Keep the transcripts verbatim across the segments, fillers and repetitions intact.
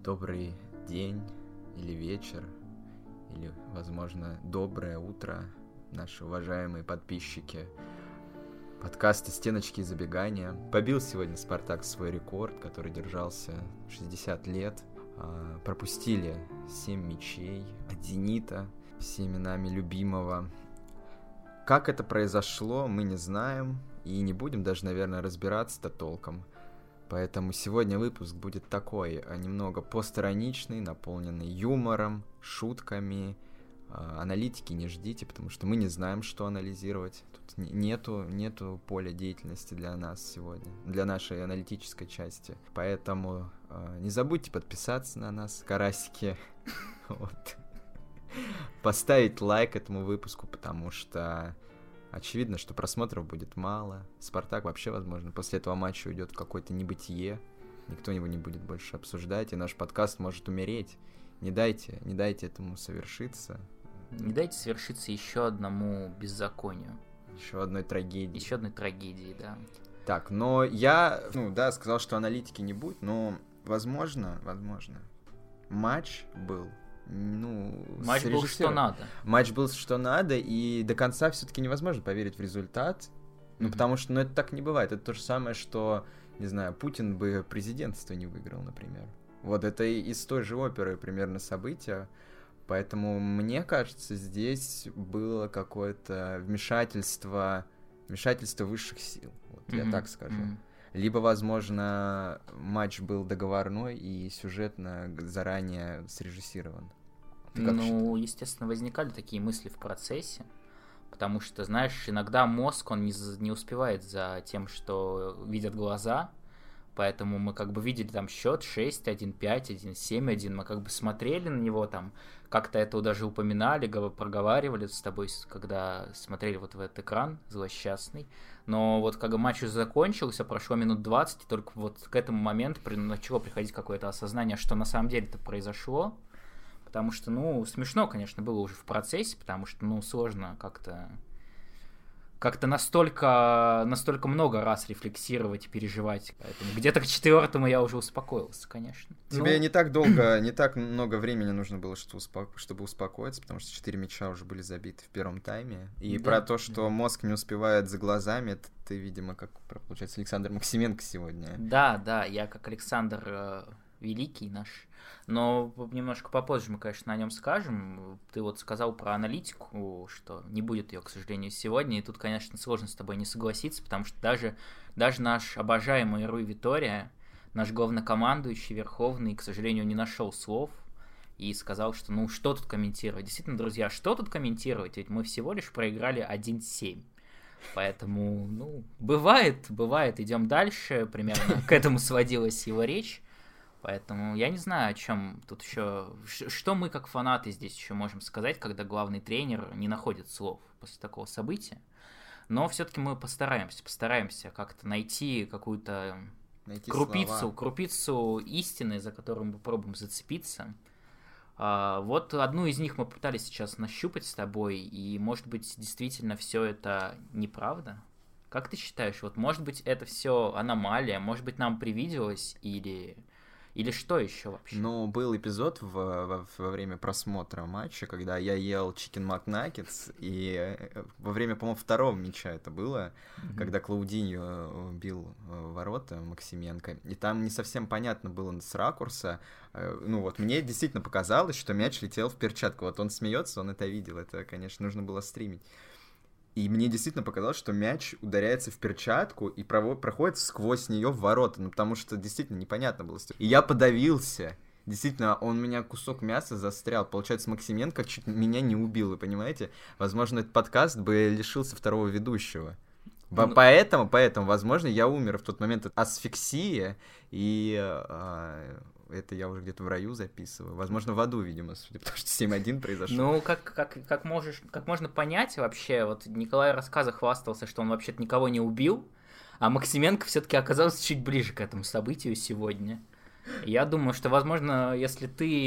Добрый день или вечер, или, возможно, доброе утро, наши уважаемые подписчики подкаста «Стеночки и забегания». Побил сегодня «Спартак» свой рекорд, который держался шестьдесят лет. Пропустили семь мячей от «Зенита», всеми нами любимого. Как это произошло, мы не знаем и не будем даже, наверное, разбираться-то толком. Поэтому сегодня выпуск будет такой, немного постироничный, наполненный юмором, шутками. Аналитики не ждите, потому что мы не знаем, что анализировать. Тут нету, нету поля деятельности для нас сегодня, для нашей аналитической части. Поэтому не забудьте подписаться на нас, карасики. Вот. Поставить лайк этому выпуску, потому что очевидно, что просмотров будет мало. Спартак вообще, возможно, после этого матча уйдет в какое-то небытие. Никто его не будет больше обсуждать, и наш подкаст может умереть. Не дайте, не дайте этому совершиться. Не дайте совершиться еще одному беззаконию. Еще одной трагедии. Еще одной трагедии, да. Так, но я, ну да, сказал, что аналитики не будет, но возможно, возможно, матч был... Ну, матч был что надо. Матч был что надо, и до конца все-таки невозможно поверить в результат. Ну, mm-hmm. потому что, ну, это так не бывает. Это то же самое, что, не знаю, Путин бы президентство не выиграл, например. Вот это из той же оперы примерно события. Поэтому, мне кажется, здесь было какое-то вмешательство, вмешательство высших сил. Вот, mm-hmm. я так скажу. Mm-hmm. Либо, возможно, матч был договорной и сюжетно заранее срежиссирован. Ну, естественно, возникали такие мысли в процессе, потому что, знаешь, иногда мозг, он не, не успевает за тем, что видят глаза, поэтому мы как бы видели там счет шесть один пять один семь один, мы как бы смотрели на него там, как-то это даже упоминали, проговаривали с тобой, когда смотрели вот в этот экран злосчастный, но вот когда матч уже закончился, прошло минут двадцать, и только вот к этому моменту начало приходить какое-то осознание, что на самом деле это произошло. Потому что, ну, смешно, конечно, было уже в процессе, потому что, ну, сложно как-то как-то настолько, настолько много раз рефлексировать и переживать. Поэтому где-то к четвертому я уже успокоился, конечно. Тебе ну... не так долго, не так много времени нужно было, чтобы успокоиться, потому что четыре мяча уже были забиты в первом тайме. И да. Про то, что мозг не успевает за глазами, это ты, видимо, как, получается, Александр Максименко сегодня. Да, да, я как Александр э, Великий наш. Но немножко попозже мы, конечно, о нем скажем. Ты вот сказал про аналитику, что не будет ее, к сожалению, сегодня. И тут, конечно, сложно с тобой не согласиться, потому что даже, даже наш обожаемый Руй Витория, наш главнокомандующий, верховный, к сожалению, не нашел слов и сказал, что ну что тут комментировать. Действительно, друзья, что тут комментировать? Ведь мы всего лишь проиграли один семь. Поэтому, ну, бывает, бывает. Идем дальше. Примерно к этому сводилась его речь. Поэтому я не знаю, о чем тут еще... Что мы, как фанаты, здесь еще можем сказать, когда главный тренер не находит слов после такого события. Но все-таки мы постараемся, постараемся как-то найти какую-то найти крупицу, слова. крупицу истины, за которую мы попробуем зацепиться. А, вот одну из них мы пытались сейчас нащупать с тобой, и, может быть, действительно все это неправда? Как ты считаешь, вот, может быть, это все аномалия, может быть, нам привиделось, или... Или что еще вообще? Ну, был эпизод в, во, во время просмотра матча, когда я ел чикен макнаггетс, и во время, по-моему, второго мяча это было, mm-hmm. когда Клаудиньо бил ворота Максименко, и там не совсем понятно было с ракурса. Ну вот, мне действительно показалось, что мяч летел в перчатку. Вот он смеется, он это видел, это, конечно, нужно было стримить. И мне действительно показалось, что мяч ударяется в перчатку и проходит сквозь нее в ворота, ну потому что действительно непонятно было. И я подавился. Действительно, он у меня кусок мяса застрял. Получается, Максименко чуть меня не убил, вы понимаете? Возможно, этот подкаст бы лишился второго ведущего. Ну... Поэтому, поэтому, возможно, я умер в тот момент от асфиксии, и а, это я уже где-то в раю записываю. Возможно, в аду, видимо, судя, потому что семь один произошел. Ну, как, как, как, можешь, как можно понять вообще, вот Николай рассказа хвастался, что он вообще-то никого не убил, а Максименко все-таки оказался чуть ближе к этому событию сегодня. Я думаю, что, возможно, если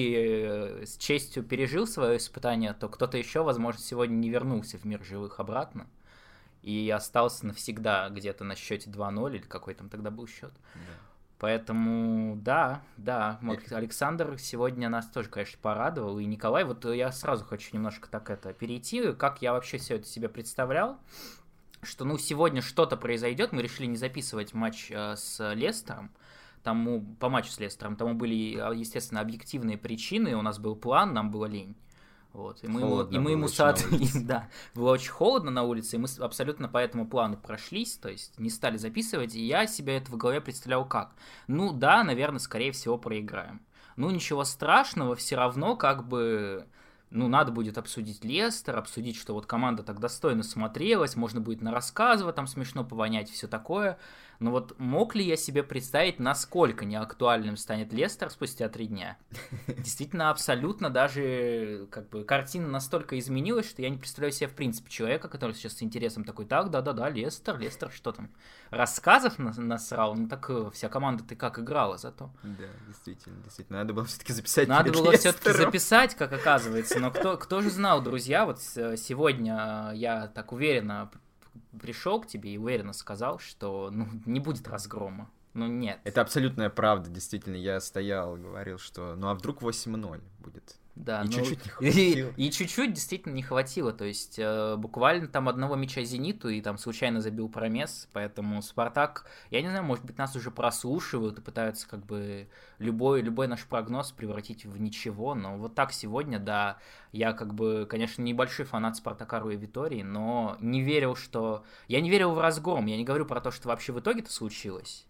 ты с честью пережил свое испытание, то кто-то еще, возможно, сегодня не вернулся в мир живых обратно и остался навсегда где-то на счете два ноль, или какой там тогда был счет. Да. Поэтому, да, да, Александр сегодня нас тоже, конечно, порадовал. И Николай, вот я сразу хочу немножко так это перейти, как я вообще все это себе представлял, что, ну, сегодня что-то произойдет, мы решили не записывать матч э, с Лестером, тому, по матчу с Лестером, тому были, естественно, объективные причины, у нас был план, нам было лень. Вот. И мы ему, и мы ему соответственно, да, было очень холодно на улице, и мы абсолютно по этому плану прошлись, то есть не стали записывать, и я себе это в голове представлял как. Ну да, наверное, скорее всего проиграем. Ну ничего страшного, все равно как бы, ну надо будет обсудить Лестер, обсудить, что вот команда так достойно смотрелась, можно будет на рассказово там смешно повонять, все такое. Но вот мог ли я себе представить, насколько неактуальным станет Лестер спустя три дня? Действительно, абсолютно даже как бы картина настолько изменилась, что я не представляю себе в принципе человека, который сейчас с интересом такой, так, да-да-да, Лестер, Лестер, что там? Рассказов насрал? Ну так вся команда-то как играла зато. Да, действительно, действительно. Надо было все-таки записать. Надо было все-таки записать, как оказывается. Но кто, кто же знал, друзья, вот сегодня я так уверенно пришел к тебе и уверенно сказал, что ну, не будет разгрома. Ну, нет. Это абсолютная правда, действительно. Я стоял, говорил, что ну а вдруг восемь ноль будет? Да, и ну, чуть-чуть не хватило. И, и чуть-чуть действительно не хватило. То есть э, буквально там одного мяча «Зениту» и там случайно забил Промес. Поэтому «Спартак», я не знаю, может быть, нас уже прослушивают и пытаются как бы любой, любой наш прогноз превратить в ничего. Но вот так сегодня, да, я как бы, конечно, небольшой фанат «Спартака» Руи Витории, но не верил, что... Я не верил в разгром. Я не говорю про то, что вообще в итоге-то случилось.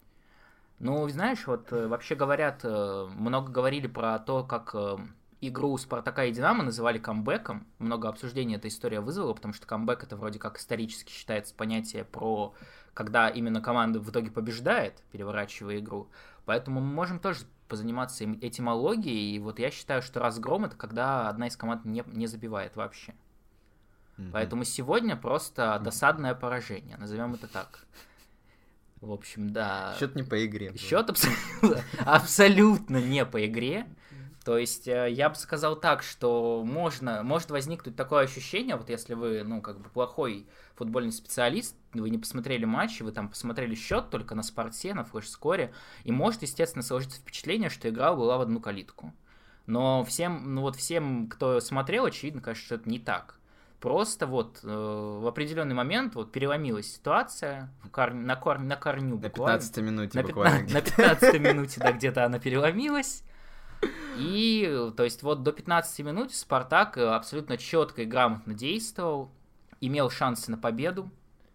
Ну, знаешь, вот вообще говорят, много говорили про то, как... игру Спартака и Динамо называли камбэком. Много обсуждений эта история вызвала, потому что камбэк — это вроде как исторически считается понятие про когда именно команда в итоге побеждает, переворачивая игру. Поэтому мы можем тоже позаниматься этимологией. И вот я считаю, что разгром — это когда одна из команд не, не забивает вообще. Mm-hmm. Поэтому сегодня просто mm-hmm. досадное поражение, назовем это так. В общем, да. Счет не по игре. Счет абсолютно, абсолютно не по игре. То есть я бы сказал так, что можно, может возникнуть такое ощущение, вот если вы, ну, как бы плохой футбольный специалист, вы не посмотрели матч, вы там посмотрели счет только на Спорте, на флеш-скоре, и может, естественно, сложиться впечатление, что игра была в одну калитку. Но всем, ну вот всем, кто смотрел, очевидно, кажется, что это не так. Просто вот э, в определенный момент вот переломилась ситуация в кор... на, кор... на корню буквально. На пятнадцатой минуте на буквально. На пятнадцатой минуте, да, где-то она переломилась. И, то есть, вот до пятнадцати минут Спартак абсолютно четко и грамотно действовал, имел шансы на победу,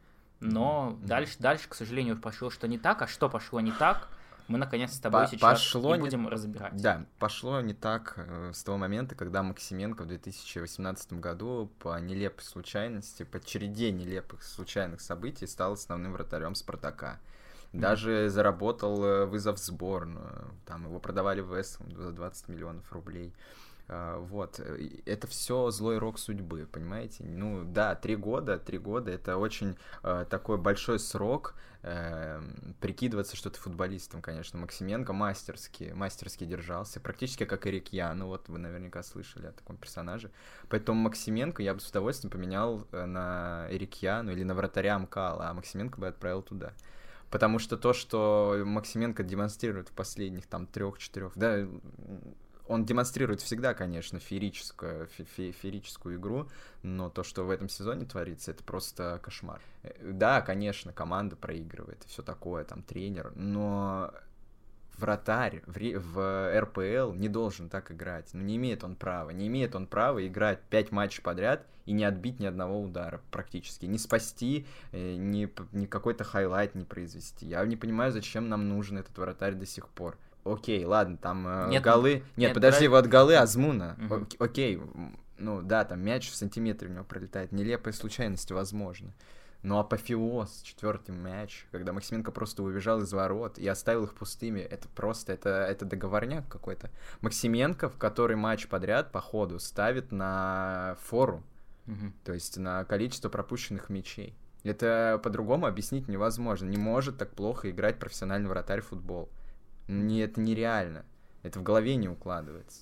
но mm-hmm. дальше, дальше, к сожалению, пошло что не так. А что пошло не так, мы, наконец, с тобой По- сейчас пошло и будем не... разбирать. Да, пошло не так э, с того момента, когда Максименко в две тысячи восемнадцатом году по нелепой случайности, по череде нелепых случайных событий стал основным вратарем Спартака. Даже mm-hmm. заработал вызов в сборную, там его продавали в Вест Хэм за двадцать миллионов рублей. Вот, это все злой рок судьбы, понимаете? Ну да, три года, три года, это очень э, такой большой срок э, прикидываться, что ты футболистом, конечно. Максименко мастерски, мастерски держался, практически как Эрик Я, ну вот вы наверняка слышали о таком персонаже. Поэтому Максименко я бы с удовольствием поменял на Эрик Я, ну или на вратаря Мкала, а Максименко бы отправил туда. Потому что то, что Максименко демонстрирует в последних там трех-четырех, да, он демонстрирует всегда, конечно, феерическую, фе- феерическую игру, но то, что в этом сезоне творится, это просто кошмар. Да, конечно, команда проигрывает и все такое, там тренер, но вратарь в, в эр пэ эл не должен так играть. Ну, не имеет он права. Не имеет он права играть пять матчей подряд и не отбить ни одного удара практически. Не спасти, ни, ни какой-то хайлайт не произвести. Я не понимаю, зачем нам нужен этот вратарь до сих пор. Окей, ладно, там э, нет, голы... Нет, нет подожди, брать... вот голы Азмуна. Угу. Окей, ну да, там мяч в сантиметре у него пролетает. Нелепые случайности, возможно. Но апофеоз, четвертый мяч, когда Максименко просто убежал из ворот и оставил их пустыми, это просто, это, это договорняк какой-то. Максименко в который матч подряд по ходу ставит на фору, угу. то есть на количество пропущенных мячей. Это по-другому объяснить невозможно. Не может так плохо играть профессиональный вратарь в футбол. Не, это нереально. Это в голове не укладывается.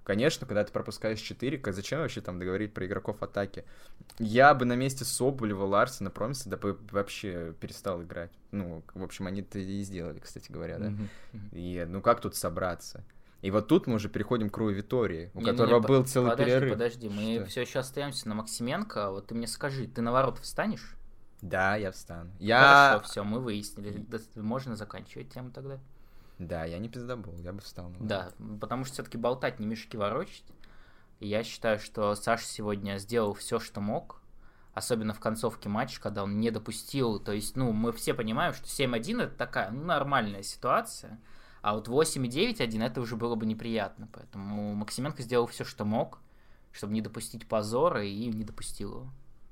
Конечно, когда ты пропускаешь четыре, зачем вообще там договорить про игроков атаки? Я бы на месте Соболева, Ларсена, Промиса да бы вообще перестал играть. Ну, в общем, они это и сделали, кстати говоря, да. Mm-hmm. И ну как тут собраться? И вот тут мы уже переходим к Руи Витории, у не, которого не, не, был целый подожди, перерыв. Подожди, подожди, мы все еще остаемся на Максименко. Вот ты мне скажи, ты на ворот встанешь? Да, я встану. Я... Хорошо, все, мы выяснили. Можно заканчивать тему тогда? Да, я не пиздобол, я бы встал. Да, потому что все-таки болтать, не мешки ворочать. И я считаю, что Саша сегодня сделал все, что мог. Особенно в концовке матча, когда он не допустил. То есть, ну, мы все понимаем, что семь один это такая ну, нормальная ситуация. А вот восемь и девять один это уже было бы неприятно. Поэтому Максименко сделал все, что мог, чтобы не допустить позора, и не допустил его.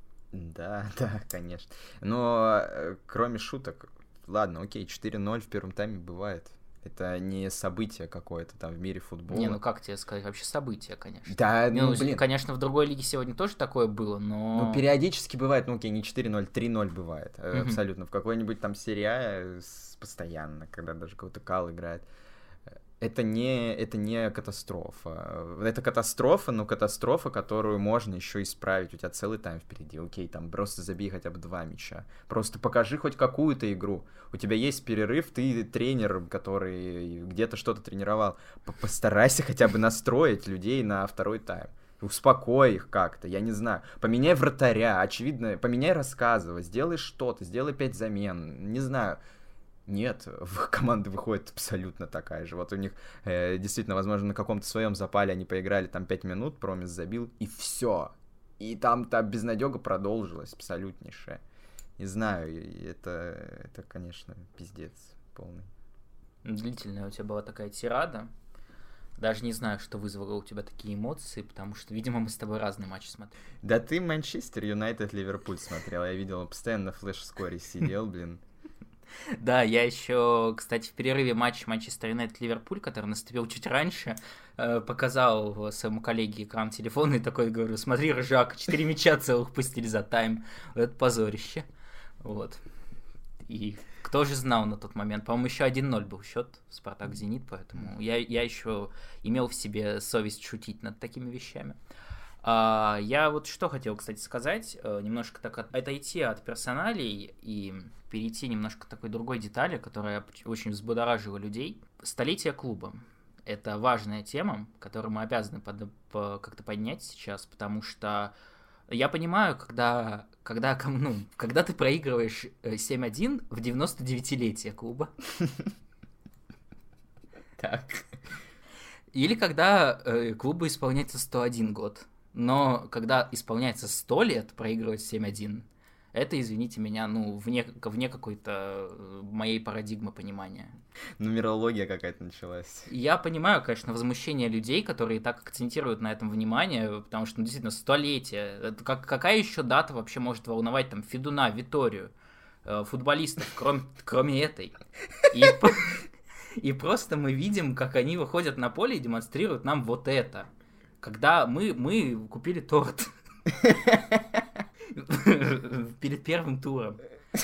Да, да, конечно. Но кроме шуток, ладно, окей, четыре ноль в первом тайме бывает. Это не событие какое-то там в мире футбола. Не, ну как тебе сказать, вообще событие, конечно. Да, не, ну, ну, блин. Конечно, в другой лиге сегодня тоже такое было, но... Ну, периодически бывает, ну, окей, не четыре ноль, три ноль бывает, mm-hmm. абсолютно. В какой-нибудь там серии А постоянно, когда даже какой-то Кал играет. Это не, это не катастрофа. Это катастрофа, но катастрофа, которую можно еще исправить. У тебя целый тайм впереди. Окей, там просто забей хотя бы два мяча. Просто покажи хоть какую-то игру. У тебя есть перерыв, ты тренер, который где-то что-то тренировал. Постарайся хотя бы настроить людей на второй тайм. Успокой их как-то, я не знаю. Поменяй вратаря, очевидно, поменяй рассказывай, сделай что-то, сделай пять замен, не знаю. Нет, команда выходит абсолютно такая же. Вот у них э, действительно, возможно, на каком-то своем запале они поиграли там пять минут, Промис забил, и все. И там та безнадега продолжилась абсолютнейшая. Не знаю, это, это, конечно, пиздец полный. Длительная у тебя была такая тирада. Даже не знаю, что вызвало у тебя такие эмоции, потому что, видимо, мы с тобой разные матчи смотрели. Да ты Манчестер Юнайтед, Ливерпуль смотрел. Я видел, постоянно на флеш-скоре сидел, блин. Да, я еще, кстати, в перерыве матча Манчестер Юнайтед-Ливерпуль, который наступил чуть раньше, показал своему коллеге экран телефона и такой говорю: смотри, Ржак, четыре мяча целых пустили за тайм. Это позорище. Вот. И кто же знал на тот момент? По-моему, еще один ноль был счет Спартак-Зенит, поэтому я, я еще имел в себе совесть шутить над такими вещами. А, я вот что хотел, кстати, сказать, немножко так от, отойти от персоналей и перейти немножко к такой другой детали, которая очень взбудоражила людей. Столетие клуба. Это важная тема, которую мы обязаны под, по, как-то поднять сейчас, потому что я понимаю, когда, когда, ну, когда ты проигрываешь семь один в девяносто-девятилетие клуба. Так. Или когда клубу исполняется сто один год. Но когда исполняется сто лет проигрывать семь один, это, извините меня, ну, вне, вне какой-то моей парадигмы понимания. Нумерология какая-то началась. Я понимаю, конечно, возмущение людей, которые так акцентируют на этом внимание, потому что, ну, действительно, столетие. Это как, какая еще дата вообще может волновать там Федуна, Виторию, э, футболистов, кроме, кроме этой? И, и просто мы видим, как они выходят на поле и демонстрируют нам вот это. Когда мы, мы купили торт перед первым туром.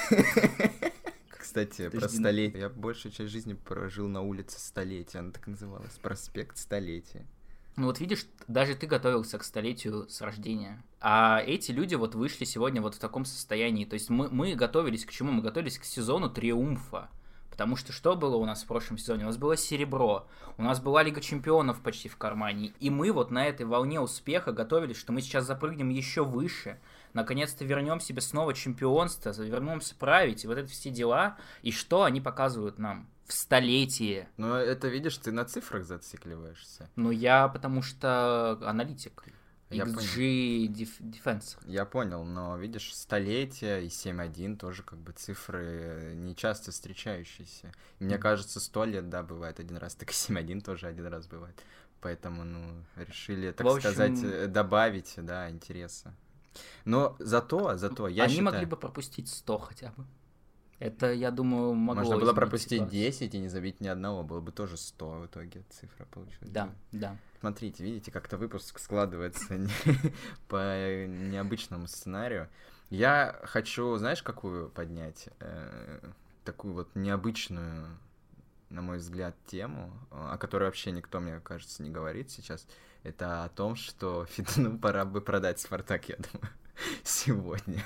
Кстати, про столетие. Я большую часть жизни прожил на улице Столетия. Она так называлась. Проспект Столетия. Ну вот видишь, даже ты готовился к столетию с рождения. А эти люди вот вышли сегодня вот в таком состоянии. То есть мы, мы готовились к чему? Мы готовились к сезону триумфа. Потому что что было у нас в прошлом сезоне? У нас было серебро, у нас была Лига Чемпионов почти в кармане. И мы вот на этой волне успеха готовились, что мы сейчас запрыгнем еще выше. Наконец-то вернем себе снова чемпионство, вернемся править, и вот это все дела. И что они показывают нам? В столетие. Ну, это, видишь, ты на цифрах зацикливаешься. Ну, я потому что аналитик. Я икс джи Defense. Я понял, но, видишь, столетие и семь один тоже как бы цифры не часто встречающиеся. И мне mm-hmm. кажется, сто лет, да, бывает один раз, так и семь один тоже один раз бывает. Поэтому, ну, решили, так общем... сказать, добавить, да, интереса. Но зато, зато, я Они считаю... могли бы пропустить сто хотя бы. Это, я думаю, могло Можно было пропустить ситуацию. десять и не забить ни одного, было бы тоже сто в итоге цифра получилась. Да, да. Смотрите, видите, как-то выпуск складывается по необычному сценарию. Я хочу, знаешь, какую поднять? Такую вот необычную на мой взгляд, тему, о которой вообще никто, мне кажется, не говорит сейчас. Это о том, что Федуну пора бы продать Спартак, я думаю, сегодня.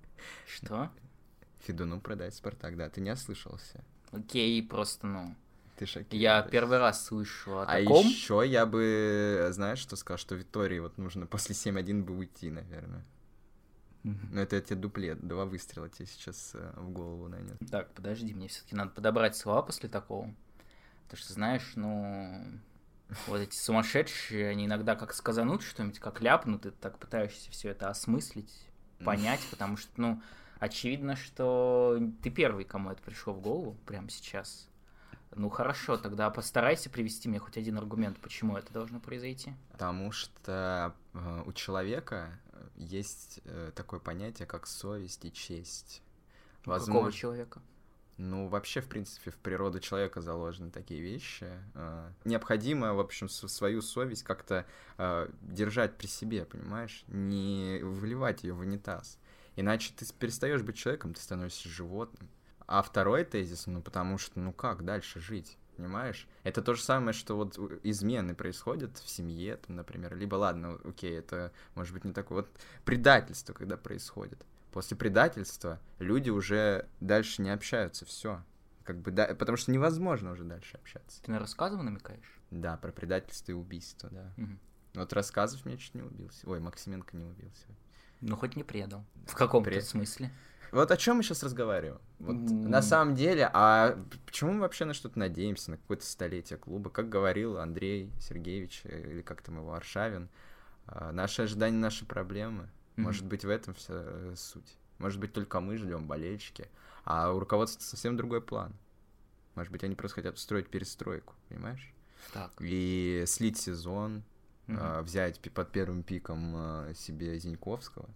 Что? Федуну продать Спартак, да, ты не ослышался. Окей, просто, ну... Ты шокирован. Я первый раз слышу о а таком. А еще я бы, знаешь, что сказал, что Витории вот нужно после семь один бы уйти, наверное. Mm-hmm. Но это тебе дуплет, два выстрела тебе сейчас э, в голову нанес. Так, подожди, мне все-таки надо подобрать слова после такого. Потому что, знаешь, ну... Вот эти сумасшедшие, они иногда как сказанут что-нибудь, как ляпнут, и ты так пытаешься все это осмыслить, понять, потому что, ну, очевидно, что ты первый, кому это пришло в голову прямо сейчас. Ну, хорошо, тогда постарайся привести мне хоть один аргумент, почему это должно произойти. Потому что э, у человека есть э, такое понятие, как совесть и честь. У Возможно... какого человека? Ну, вообще, в принципе, в природу человека заложены такие вещи. Э, необходимо, в общем, свою совесть как-то э, держать при себе, понимаешь? Не выливать ее в унитаз. Иначе ты перестаешь быть человеком, ты становишься животным. А второй тезис, ну, потому что, ну, как дальше жить, понимаешь? Это то же самое, что вот измены происходят в семье, там, например, либо, ладно, окей, это, может быть, не такое, вот предательство, когда происходит. После предательства люди уже дальше не общаются, все. Как бы, да, потому что невозможно уже дальше общаться. Ты на рассказы намекаешь? Да, про предательство и убийство, да. Угу. Вот рассказов меня чуть не убился. Ой, Максименко не убился. Ну, хоть не предал. В каком-то Пред... смысле. Вот о чем мы сейчас разговариваем? Вот mm. на самом деле, а почему мы вообще на что-то надеемся, на какое-то столетие клуба? Как говорил Андрей Сергеевич, или как там его, Аршавин, наши ожидания, наши проблемы. Mm-hmm. Может быть, в этом вся суть. Может быть, только мы ждем, болельщики, а у руководства совсем другой план. Может быть, они просто хотят устроить перестройку, понимаешь? Так. И слить сезон, mm-hmm. взять под первым пиком себе Зиньковского,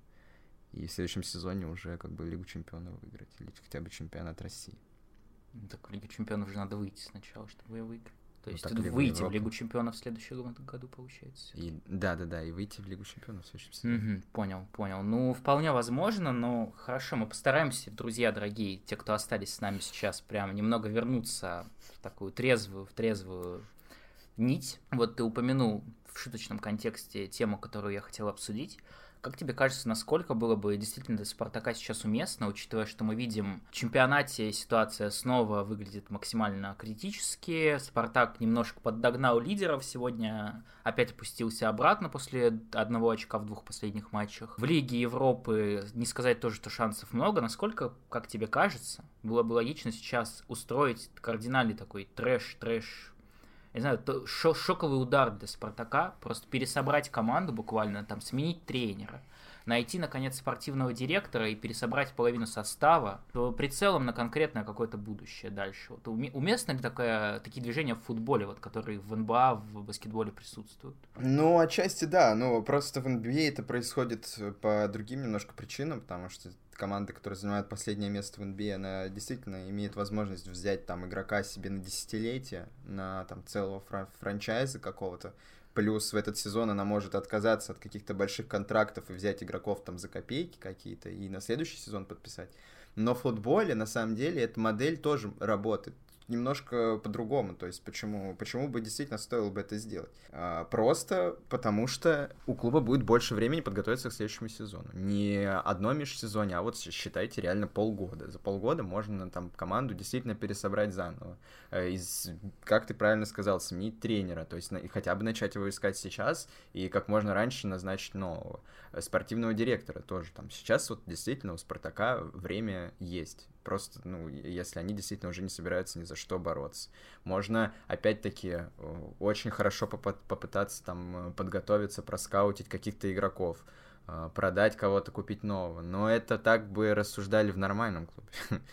и в следующем сезоне уже как бы Лигу чемпионов выиграть, или хотя бы чемпионат России. Так в Лигу чемпионов же надо выйти сначала, чтобы ее выиграть. То есть ну, выйти в Лигу чемпионов в следующем году, получается. И, да-да-да, и выйти в Лигу чемпионов в следующем сезоне. Mm-hmm, понял, понял. Ну, вполне возможно, но хорошо, мы постараемся, друзья дорогие, те, кто остались с нами сейчас, прямо немного вернуться в такую трезвую, в трезвую нить. Вот ты упомянул в шуточном контексте тему, которую я хотел обсудить. Как тебе кажется, насколько было бы действительно для Спартака сейчас уместно, учитывая, что мы видим, в чемпионате ситуация снова выглядит максимально критически, Спартак немножко поддогнал лидеров, сегодня опять опустился обратно после одного очка в двух последних матчах. В Лиге Европы, не сказать тоже, что шансов много, насколько, как тебе кажется, было бы логично сейчас устроить кардинальный такой трэш-трэш, не знаю, шоковый удар для Спартака, просто пересобрать команду буквально, там, сменить тренера, найти, наконец, спортивного директора и пересобрать половину состава, прицелом на конкретное какое-то будущее дальше. Вот уместно ли такое, такие движения в футболе, вот, которые в эн бэ а, в баскетболе присутствуют? Ну, отчасти да, но просто в эн би эй это происходит по другим немножко причинам, потому что команда, которая занимает последнее место в эн би эй, она действительно имеет возможность взять там игрока себе на десятилетие, на там целого фран- франчайза какого-то. Плюс в этот сезон она может отказаться от каких-то больших контрактов и взять игроков там за копейки какие-то и на следующий сезон подписать. Но в футболе, на самом деле, эта модель тоже работает немножко по-другому. То есть почему, почему бы действительно стоило бы это сделать? А, просто потому что у клуба будет больше времени подготовиться к следующему сезону. Не одно межсезонье, а вот считайте реально полгода. За полгода можно там команду действительно пересобрать заново. Из, как ты правильно сказал, сменить тренера. То есть хотя бы начать его искать сейчас и как можно раньше назначить нового. Спортивного директора тоже. Там сейчас вот действительно у Спартака время есть. Просто, ну, если они действительно уже не собираются ни за что бороться. Можно, опять-таки, очень хорошо поп- попытаться там подготовиться, проскаутить каких-то игроков, продать кого-то, купить нового. Но это так бы рассуждали в нормальном клубе.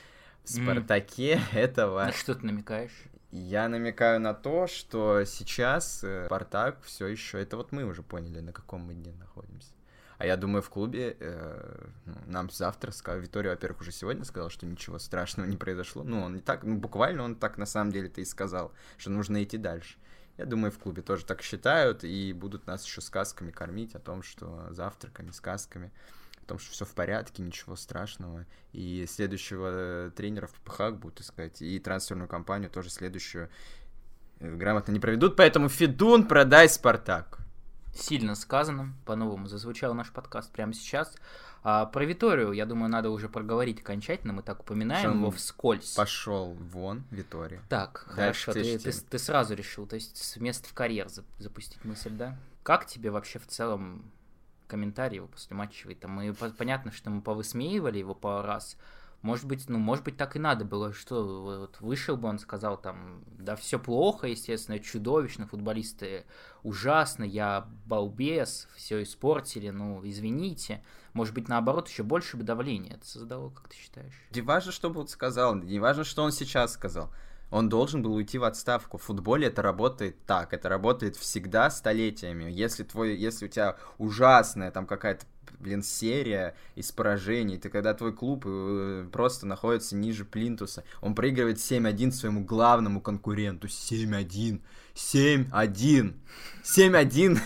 В Спартаке mm. этого... На что ты намекаешь? Я намекаю на то, что сейчас Спартак все еще... Это вот мы уже поняли, на каком мы дне находимся. А я думаю, в клубе э, нам завтра скажут, Витория, во-первых, уже сегодня сказал, что ничего страшного не произошло. Ну, он не так, ну, буквально он так на самом деле-то и сказал, что нужно идти дальше. Я думаю, в клубе тоже так считают и будут нас еще сказками кормить о том, что завтраками, сказками. о том, что все в порядке, ничего страшного, и следующего тренера в ППХ будут искать, и трансферную кампанию тоже следующую грамотно не проведут, поэтому Федун, продай Спартак. Сильно сказано, по-новому зазвучал наш подкаст прямо сейчас. А про Виторию, я думаю, надо уже проговорить окончательно, мы так упоминаем Что его вскользь. Пошел вон, Витория. Так, Дальше хорошо, ты, ты, ты сразу решил, то есть с места в карьер запустить мысль, да? Как тебе вообще в целом комментарии его после матчевые-то? Мы, понятно, что мы повысмеивали его пару раз. Может быть, ну, может быть, так и надо было, что вот вышел бы он, сказал там, да все плохо, естественно, чудовищно, футболисты ужасно, я балбес, все испортили, ну, извините. Может быть, наоборот, еще больше бы давления это создало, как ты считаешь? Не важно, что бы он сказал, не важно, что он сейчас сказал. Он должен был уйти в отставку. В футболе это работает так, это работает всегда столетиями. Если твой, если у тебя ужасная там какая-то, блин, серия из поражений, ты когда твой клуб просто находится ниже плинтуса, он проигрывает семь один своему главному конкуренту. семь один. семь один. семь один.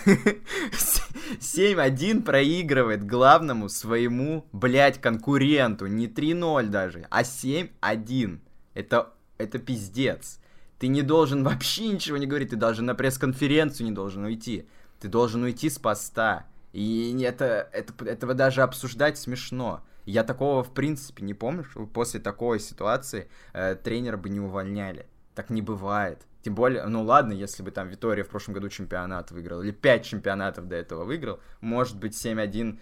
семь один проигрывает главному своему, блядь, конкуренту. Не три ноль даже, а семь один. Это... Это пиздец. Ты не должен вообще ничего не говорить, ты даже на пресс-конференцию не должен уйти. Ты должен уйти с поста. И это, это, этого даже обсуждать смешно. Я такого в принципе не помню, что после такой ситуации э, тренера бы не увольняли. Так не бывает. Тем более, ну ладно, если бы там Витория в прошлом году чемпионат выиграл, или пять чемпионатов до этого выиграл, может быть, семь один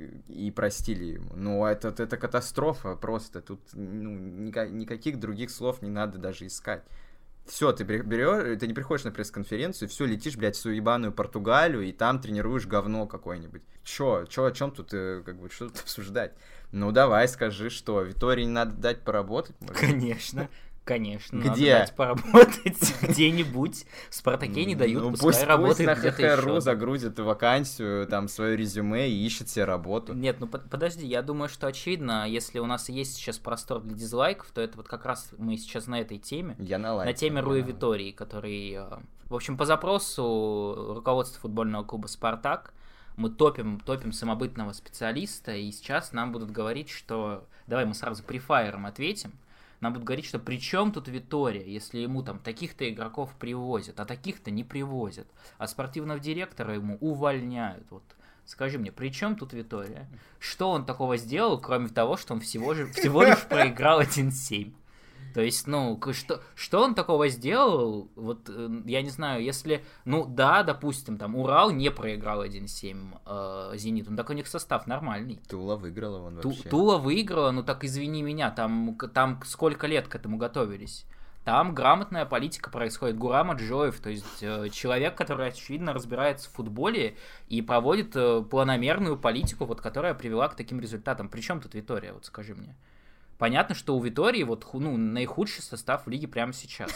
и простили ему. Но это, это катастрофа просто. Тут ну, никак, никаких других слов не надо даже искать. Все, ты берешь, ты не приходишь на пресс-конференцию, все, летишь, блядь, в свою ебаную Португалию, и там тренируешь говно какое-нибудь. Чё, чё, о чем тут, как бы, что тут обсуждать? Ну, давай, скажи, что, Витории не надо дать поработать? Может? Конечно. Конечно, где? Надо дать поработать где-нибудь. В «Спартаке» не дают, ну, пускай пусть, работает пусть где-то на ХХРУ еще. загрузит вакансию, там, свое резюме и ищет себе работу. Нет, ну подожди, я думаю, что очевидно, если у нас есть сейчас простор для дизлайков, то это вот как раз мы сейчас на этой теме. Я на лайке. На теме Руи Витории, который, в общем, по запросу руководства футбольного клуба «Спартак» мы топим, топим самобытного специалиста, и сейчас нам будут говорить, что... Давай мы сразу префайером ответим. Нам будут говорить, что при чем тут Витория, если ему там таких-то игроков привозят, а таких-то не привозят, а спортивного директора ему увольняют. Вот скажи мне, при чем тут Витория? Что он такого сделал, кроме того, что он всего, же, всего лишь проиграл один семь? То есть, ну, что, что он такого сделал, вот, я не знаю, если, ну, да, допустим, там, Урал не проиграл один семь э, Зениту, ну, так у них состав нормальный. Тула выиграла вон Ту, вообще. Тула выиграла, ну, так извини меня, там, там сколько лет к этому готовились. Там грамотная политика происходит. Гурам Аджоев, то есть э, человек, который, очевидно, разбирается в футболе и проводит э, планомерную политику, вот, которая привела к таким результатам. Причем тут Витория, вот скажи мне. Понятно, что у Витории вот, ну, наихудший состав в лиге прямо сейчас.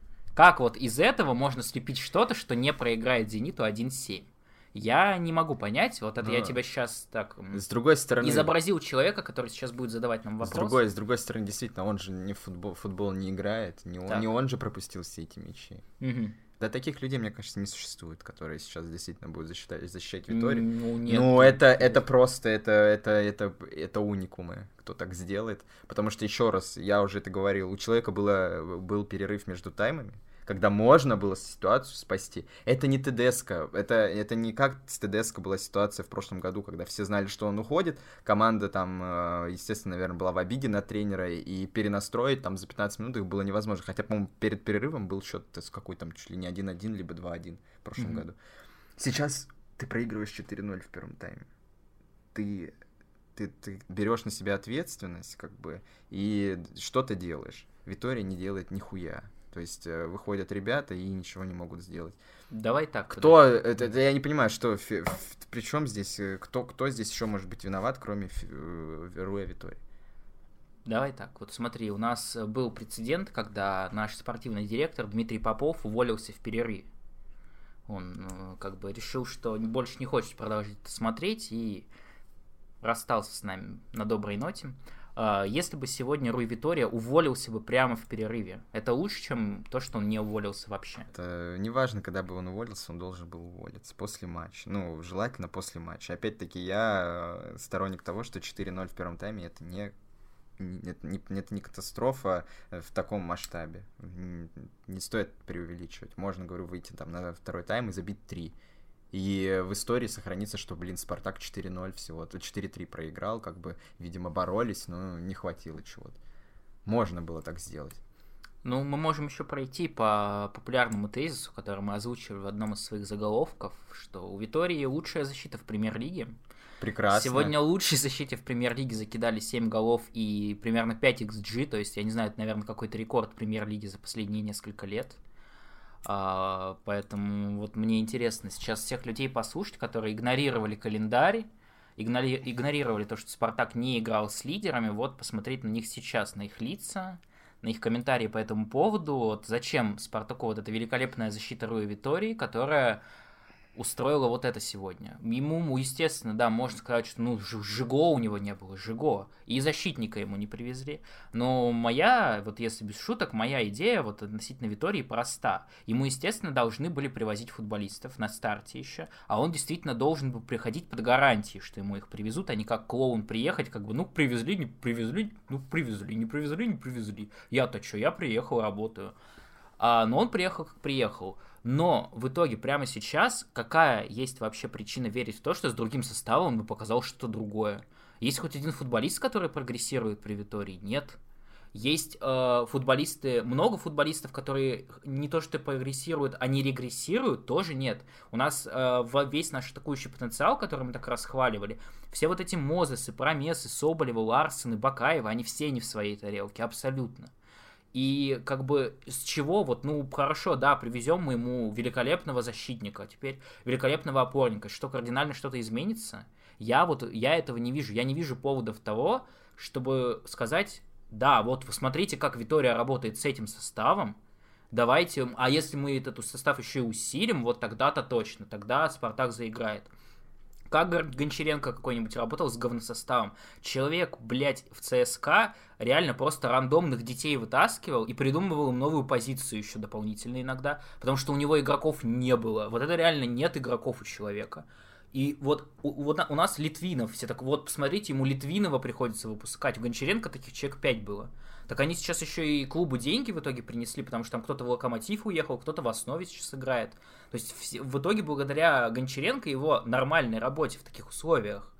Как вот из этого можно слепить что-то, что не проиграет Зениту один семь? Я не могу понять, вот это Но я тебя сейчас так с другой стороны, изобразил человека, который сейчас будет задавать нам вопрос. С другой, с другой стороны, действительно, он же не в футбол, футбол не играет, не он, не он же пропустил все эти мячи. Угу. Да, таких людей, мне кажется, не существует, которые сейчас действительно будут защищать, защищать Виторию. Ну, нет, ну нет, это, нет. это просто, это, это, это, это уникумы, кто так сделает. Потому что, еще раз, я уже это говорил, у человека было, был перерыв между таймами, когда можно было ситуацию спасти. Это не ТДСК, это, это не как с ТДСК была ситуация в прошлом году, когда все знали, что он уходит, команда там, естественно, наверное, была в обиде на тренера, и перенастроить там за пятнадцать минут их было невозможно, хотя, по-моему, перед перерывом был счет с какой там чуть ли не один один, либо два один в прошлом mm-hmm. году. Сейчас ты проигрываешь четыре ноль в первом тайме. Ты, ты, ты берешь на себя ответственность, как бы, и что ты делаешь? Витория не делает нихуя. То есть выходят ребята и ничего не могут сделать. Давай так. Кто? Это, это я не понимаю, что фи, при чем здесь, кто, кто здесь еще может быть виноват, кроме Руя Витории? Давай так. Вот смотри, у нас был прецедент, когда наш спортивный директор Дмитрий Попов уволился в перерыве. Он как бы решил, что больше не хочет продолжить это смотреть и расстался с нами на доброй ноте. Если бы сегодня Руй Витория уволился бы прямо в перерыве, это лучше, чем то, что он не уволился вообще? Это неважно, когда бы он уволился, он должен был уволиться после матча. Ну, желательно после матча. Опять-таки, я сторонник того, что четыре ноль в первом тайме — это не, это не, это не катастрофа в таком масштабе. Не стоит преувеличивать. Можно, говорю, выйти там на второй тайм и забить три. И в истории сохранится, что, блин, Спартак четыре ноль всего, то четыре три проиграл, как бы, видимо, боролись, но не хватило чего-то. Можно было так сделать. Ну, мы можем еще пройти по популярному тезису, который мы озвучивали в одном из своих заголовков, что у Витории лучшая защита в премьер-лиге. Прекрасно. Сегодня лучшей защите в премьер-лиге закидали семь голов и примерно пять икс джи, то есть, я не знаю, это, наверное, какой-то рекорд премьер-лиги за последние несколько лет. А, поэтому вот мне интересно сейчас всех людей послушать, которые игнорировали календарь, игнори- игнорировали то, что Спартак не играл с лидерами, вот посмотреть на них сейчас, на их лица, на их комментарии по этому поводу. Вот зачем Спартаку вот эта великолепная защита Руя Витории, которая устроила вот это сегодня. Ему, естественно, да, можно сказать, что ну, Жиго у него не было, Жиго, и защитника ему не привезли. Но моя, вот если без шуток, моя идея вот относительно Витории проста. Ему, естественно, должны были привозить футболистов на старте еще, а он действительно должен был приходить под гарантией, что ему их привезут, а не как клоун приехать, как бы, ну, привезли, не привезли, ну, привезли, не привезли, не привезли. Я-то что, я приехал, работаю. А, но он приехал, как приехал. Но в итоге прямо сейчас какая есть вообще причина верить в то, что с другим составом он бы показал что-то другое? Есть хоть один футболист, который прогрессирует при Витории? Нет. Есть э, футболисты, много футболистов, которые не то что прогрессируют, они регрессируют, тоже нет. У нас э, весь наш атакующий потенциал, который мы так расхваливали, все вот эти Мозесы, Промесы, Соболевы, Ларсены, Бакаевы, они все не в своей тарелке, абсолютно. И как бы с чего, вот, ну, хорошо, да, привезем мы ему великолепного защитника, теперь великолепного опорника, что кардинально что-то изменится? Я вот, я этого не вижу, я не вижу поводов того, чтобы сказать, да, вот, посмотрите, как Витория работает с этим составом, давайте, а если мы этот состав еще и усилим, вот тогда-то точно, тогда Спартак заиграет. Как Гончаренко какой-нибудь работал с говносоставом. Человек, блядь, в ЦСКА реально просто рандомных детей вытаскивал и придумывал им новую позицию еще дополнительно иногда, потому что у него игроков не было. Вот это реально нет игроков у человека. И вот у, вот у нас Литвинов, все так вот, посмотрите, ему Литвинова приходится выпускать. У Гончаренко таких человек пять было. Так они сейчас еще и клубу деньги в итоге принесли, потому что там кто-то в Локомотив уехал, кто-то в Основе сейчас играет. То есть в, в итоге благодаря Гончаренко и его нормальной работе в таких условиях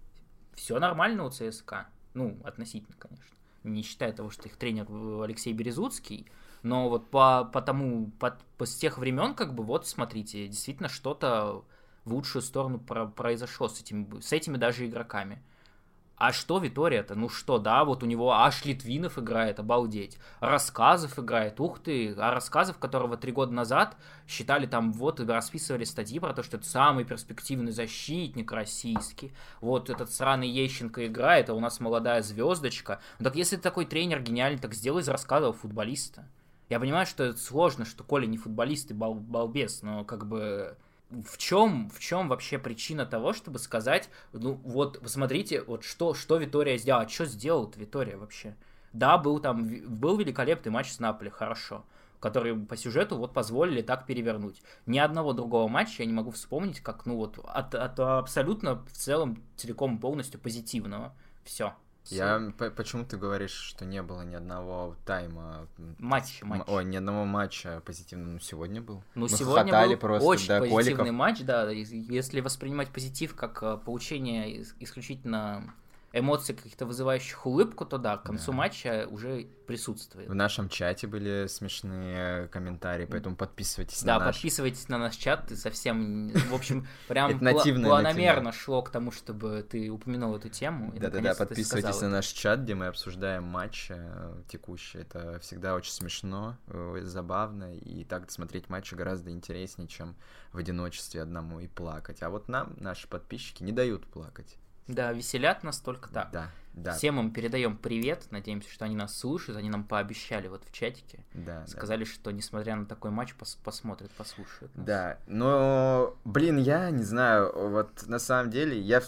все нормально у ЦСКА. Ну, относительно, конечно. Не считая того, что их тренер Алексей Березуцкий. Но вот по, по тому, по, по, с тех времен, как бы, вот, смотрите, действительно что-то в лучшую сторону про, произошло с этими, с этими даже игроками. А что Витория-то? Ну что, да, вот у него аж Литвинов играет, обалдеть. Рассказов играет, ух ты. А Рассказов, которого три года назад считали там, вот, и расписывали статьи про то, что это самый перспективный защитник российский. Вот этот сраный Ещенко играет, а у нас молодая звездочка. Ну так если ты такой тренер гениальный, так сделай из Рассказова футболиста. Я понимаю, что это сложно, что Коля не футболист и бал- балбес, но как бы... В чем, в чем вообще причина того, чтобы сказать, ну вот, посмотрите, вот что, что Витория сделала, что сделала-то Витория вообще? Да, был там, был великолепный матч с Наполи, хорошо, который по сюжету вот позволили так перевернуть. Ни одного другого матча я не могу вспомнить, как, ну вот, от, от абсолютно в целом целиком полностью позитивного. Все. Я, почему ты говоришь, что не было ни одного тайма? Матча, матча. Ой, ни одного матча позитивного, ну, сегодня был. Ну, Мы сегодня был просто, очень да, позитивный Коликов. матч, да, если воспринимать позитив как получение исключительно эмоций каких-то вызывающих улыбку, то да, к концу да. матча уже присутствует. В нашем чате были смешные комментарии, поэтому подписывайтесь да, на наш... Да, подписывайтесь на наш чат, ты совсем, в общем, прям пла- планомерно шло к тому, чтобы ты упомянул эту тему. Да-да-да, подписывайтесь на наш чат, где мы обсуждаем матчи текущие. Это всегда очень смешно, забавно, и так смотреть матчи гораздо интереснее, чем в одиночестве одному и плакать. А вот нам наши подписчики не дают плакать. Да, веселят нас только так. Да, да. Всем им передаем привет, надеемся, что они нас слушают, они нам пообещали вот в чатике. Да, сказали, да. что несмотря на такой матч пос- посмотрят, послушают нас. Да, но, блин, я не знаю, вот на самом деле, я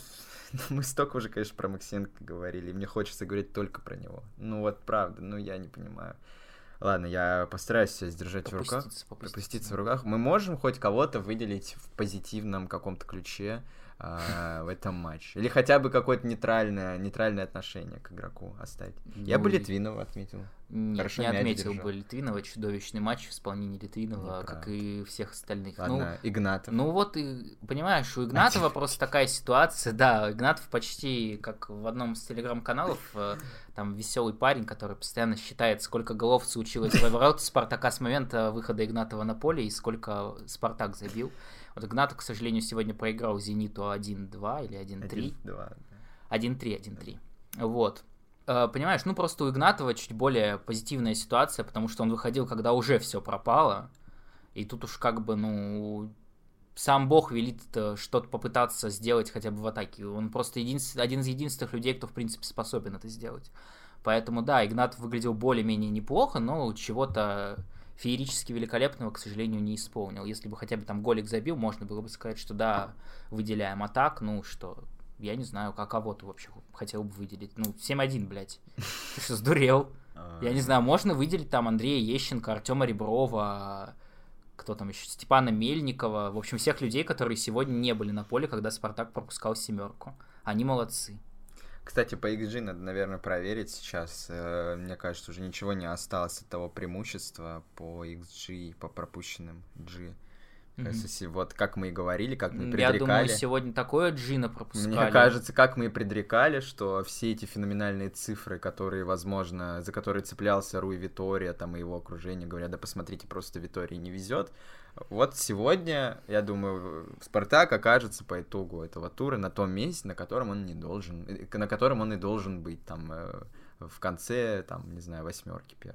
Мы столько уже, конечно, про Максенко говорили, и мне хочется говорить только про него. Ну вот, правда, ну я не понимаю. Ладно, я постараюсь себя сдержать в руках. Попуститься, попуститься. Попуститься в руках. Мы можем хоть кого-то выделить в позитивном каком-то ключе а, в этом матче. Или хотя бы какое-то нейтральное, нейтральное отношение к игроку оставить. Ну, я бы Литвинова отметил. Нет, Хорошо не отметил держал. бы Литвинова. Чудовищный матч в исполнении Литвинова, Неправда. как и всех остальных. Ладно, ну, Игнатов. Ну вот, и, понимаешь, у Игнатова просто такая ситуация. Да, Игнатов почти как в одном из телеграм-каналов, там веселый парень, который постоянно считает, сколько голов случилось в ворота Спартака с момента выхода Игнатова на поле и сколько Спартак забил. Вот Игнатов, к сожалению, сегодня проиграл Зениту один-два или один-три. один-три, один-три. Вот. Понимаешь, ну просто у Игнатова чуть более позитивная ситуация, потому что он выходил, когда уже все пропало. И тут уж как бы, ну, сам Бог велит что-то попытаться сделать хотя бы в атаке. Он просто единств... один из единственных людей, кто, в принципе, способен это сделать. Поэтому, да, Игнатов выглядел более-менее неплохо, но чего-то феерически великолепного, к сожалению, не исполнил. Если бы хотя бы там голик забил, можно было бы сказать, что да, выделяем. А так, ну что, я не знаю, как кого ты вообще хотел бы выделить. Ну, семь-один, блядь. Ты что, сдурел? Я не знаю, можно выделить там Андрея Ещенко, Артема Реброва, кто там еще, Степана Мельникова, в общем, всех людей, которые сегодня не были на поле, когда Спартак пропускал семерку. Они молодцы. Кстати, по икс джи надо, наверное, проверить сейчас. Мне кажется, уже ничего не осталось от того преимущества по икс джи, по пропущенным джи. Mm-hmm. Вот как мы и говорили, как мы предрекали. Я думаю, сегодня такое джина пропускали. Мне кажется, как мы и предрекали, что все эти феноменальные цифры, которые, возможно, за которые цеплялся Руй Витория, там и его окружение, говорят, да посмотрите, просто Витории не везет. Вот сегодня, я думаю, Спартак окажется по итогу этого тура на том месте, на котором он не должен, на котором он и должен быть, там, в конце, там, не знаю, восьмерки первой.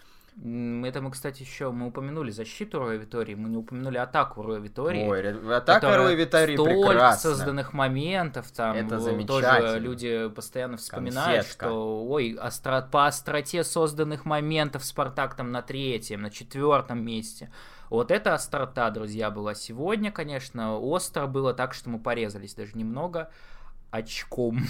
Это мы, кстати, еще мы упомянули защиту Руя Витории, мы не упомянули атаку Руя Витории. Ой, атака Руя Витории прекрасна. Столько созданных моментов, там это тоже люди постоянно вспоминают, Конфетка. Что ой, остро... по остроте созданных моментов Спартак там на третьем, на четвертом месте. Вот эта острота, друзья, была сегодня, конечно, остро было так, что мы порезались даже немного очком,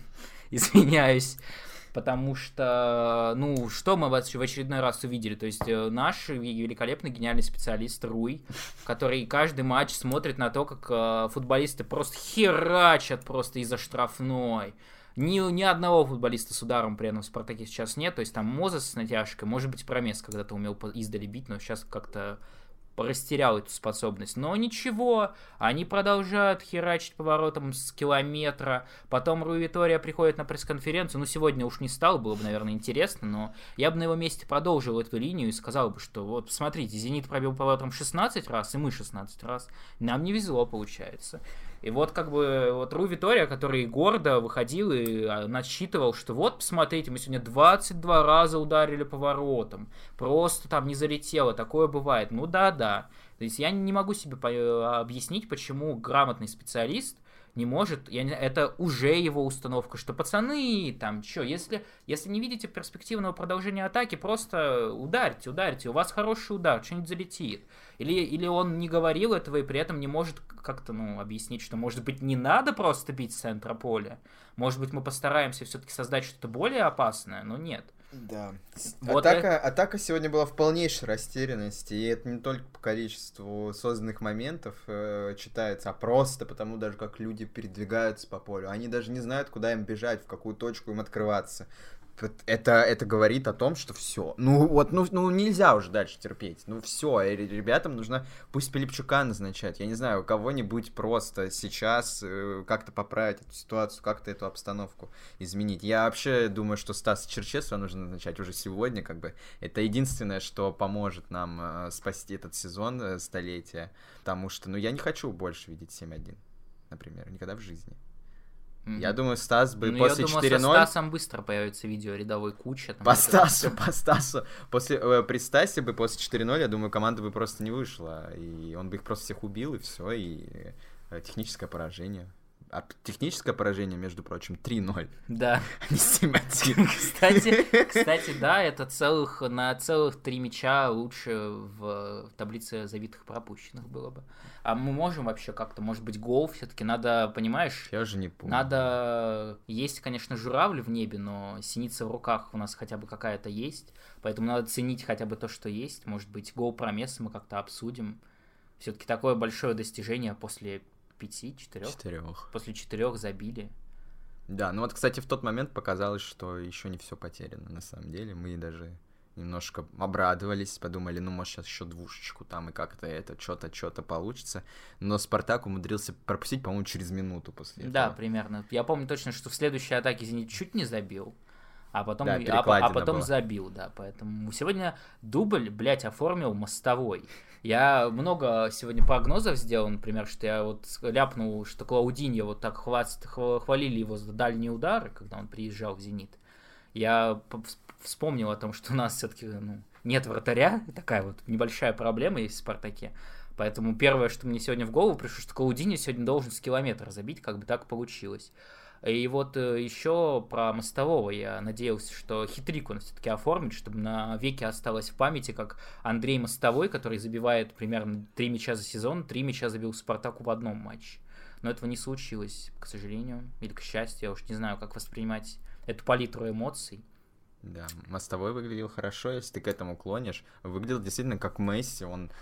извиняюсь. Потому что, ну, что мы в очередной раз увидели? То есть наш великолепный гениальный специалист Руй, который каждый матч смотрит на то, как футболисты просто херачат просто из-за штрафной. Ни, ни одного футболиста с ударом при этом в Спартаке сейчас нет. То есть там Мозес с натяжкой, может быть, Промес когда-то умел издали бить, но сейчас как-то растерял эту способность. Но ничего, они продолжают херачить поворотом с километра. Потом Руй Витория приходит на пресс-конференцию. Ну, сегодня уж не стал, было бы, наверное, интересно, но я бы на его месте продолжил эту линию и сказал бы, что вот, посмотрите, Зенит пробил поворотом шестнадцать раз, и мы шестнадцать раз. Нам не везло, получается. И вот как бы вот Руй Витория, который гордо выходил и насчитывал, что вот, посмотрите, мы сегодня двадцать два раза ударили поворотом. Просто там не залетело, такое бывает. Ну да-да. То есть я не могу себе объяснить, почему грамотный специалист не может, я не, это уже его установка, что пацаны, там, что, если, если не видите перспективного продолжения атаки, просто ударьте, ударьте, у вас хороший удар, что-нибудь залетит. Или, или он не говорил этого и при этом не может как-то, ну, объяснить, что, может быть, не надо просто бить с центра поля, может быть, мы постараемся все-таки создать что-то более опасное, но нет. Да. Вот атака, это... атака сегодня была в полнейшей растерянности, и это не только по количеству созданных моментов э, читается, а просто потому даже, как люди передвигаются по полю. Они даже не знают, куда им бежать, в какую точку им открываться. Это, это говорит о том, что все. Ну вот, ну, ну нельзя уже дальше терпеть. Ну все, ребятам нужно пусть Пилипчука назначать. Я не знаю, кого-нибудь просто сейчас э, как-то поправить эту ситуацию, как-то эту обстановку изменить. Я вообще думаю, что Стаса Черчесова нужно назначать уже сегодня, как бы. Это единственное, что поможет нам э, спасти этот сезон э, столетия. Потому что, ну, я не хочу больше видеть семь один, например, никогда в жизни. Mm-hmm. Я думаю, Стас бы ну, после четыре ноль... Я думаю, со Стасом быстро появится видео рядовой куча. Там по Стасу, по Стасу. После, э, при Стасе бы после четыре ноль, я думаю, команда бы просто не вышла. И он бы их просто всех убил, и все. И э, техническое поражение. А техническое поражение, между прочим, три ноль. Да. Не семь один. Кстати, кстати, да, это целых, на целых три мяча лучше в таблице забитых пропущенных было бы. А мы можем вообще как-то, может быть, гол все-таки надо, понимаешь? Я уже не помню. Надо... Есть, конечно, журавль в небе, но синица в руках у нас хотя бы какая-то есть. Поэтому надо ценить хотя бы то, что есть. Может быть, гол про Месси мы как-то обсудим. Все-таки такое большое достижение после пяти, четырех. Четырех. После четырех забили. Да, ну вот, кстати, в тот момент показалось, что еще не все потеряно, на самом деле. Мы даже немножко обрадовались, подумали, ну, может, сейчас еще двушечку там, и как-то это, что-то, что-то получится. Но Спартак умудрился пропустить, по-моему, через минуту после этого. Да, примерно. Я помню точно, что в следующей атаке «Зенит» чуть не забил. А потом, да, а, а потом была. забил, да, поэтому сегодня дубль, блядь, оформил Мостовой. Я много сегодня прогнозов сделал, например, что я вот ляпнул, что Клаудиньо вот так хват... хвалили его за дальние удары, когда он приезжал в «Зенит». Я вспомнил о том, что у нас все-таки ну, нет вратаря, такая вот небольшая проблема есть в «Спартаке». Поэтому первое, что мне сегодня в голову пришло, что Клаудиньо сегодня должен с километра забить, как бы так получилось. И вот еще про Мостового я надеялся, что хитрик он все-таки оформит, чтобы на веки осталось в памяти, как Андрей Мостовой, который забивает примерно три мяча за сезон, три мяча забил Спартаку в одном матче. Но этого не случилось, к сожалению, или к счастью, я уж не знаю, как воспринимать эту палитру эмоций. Да, Мостовой выглядел хорошо, если ты к этому клонишь. Выглядел действительно как Месси, он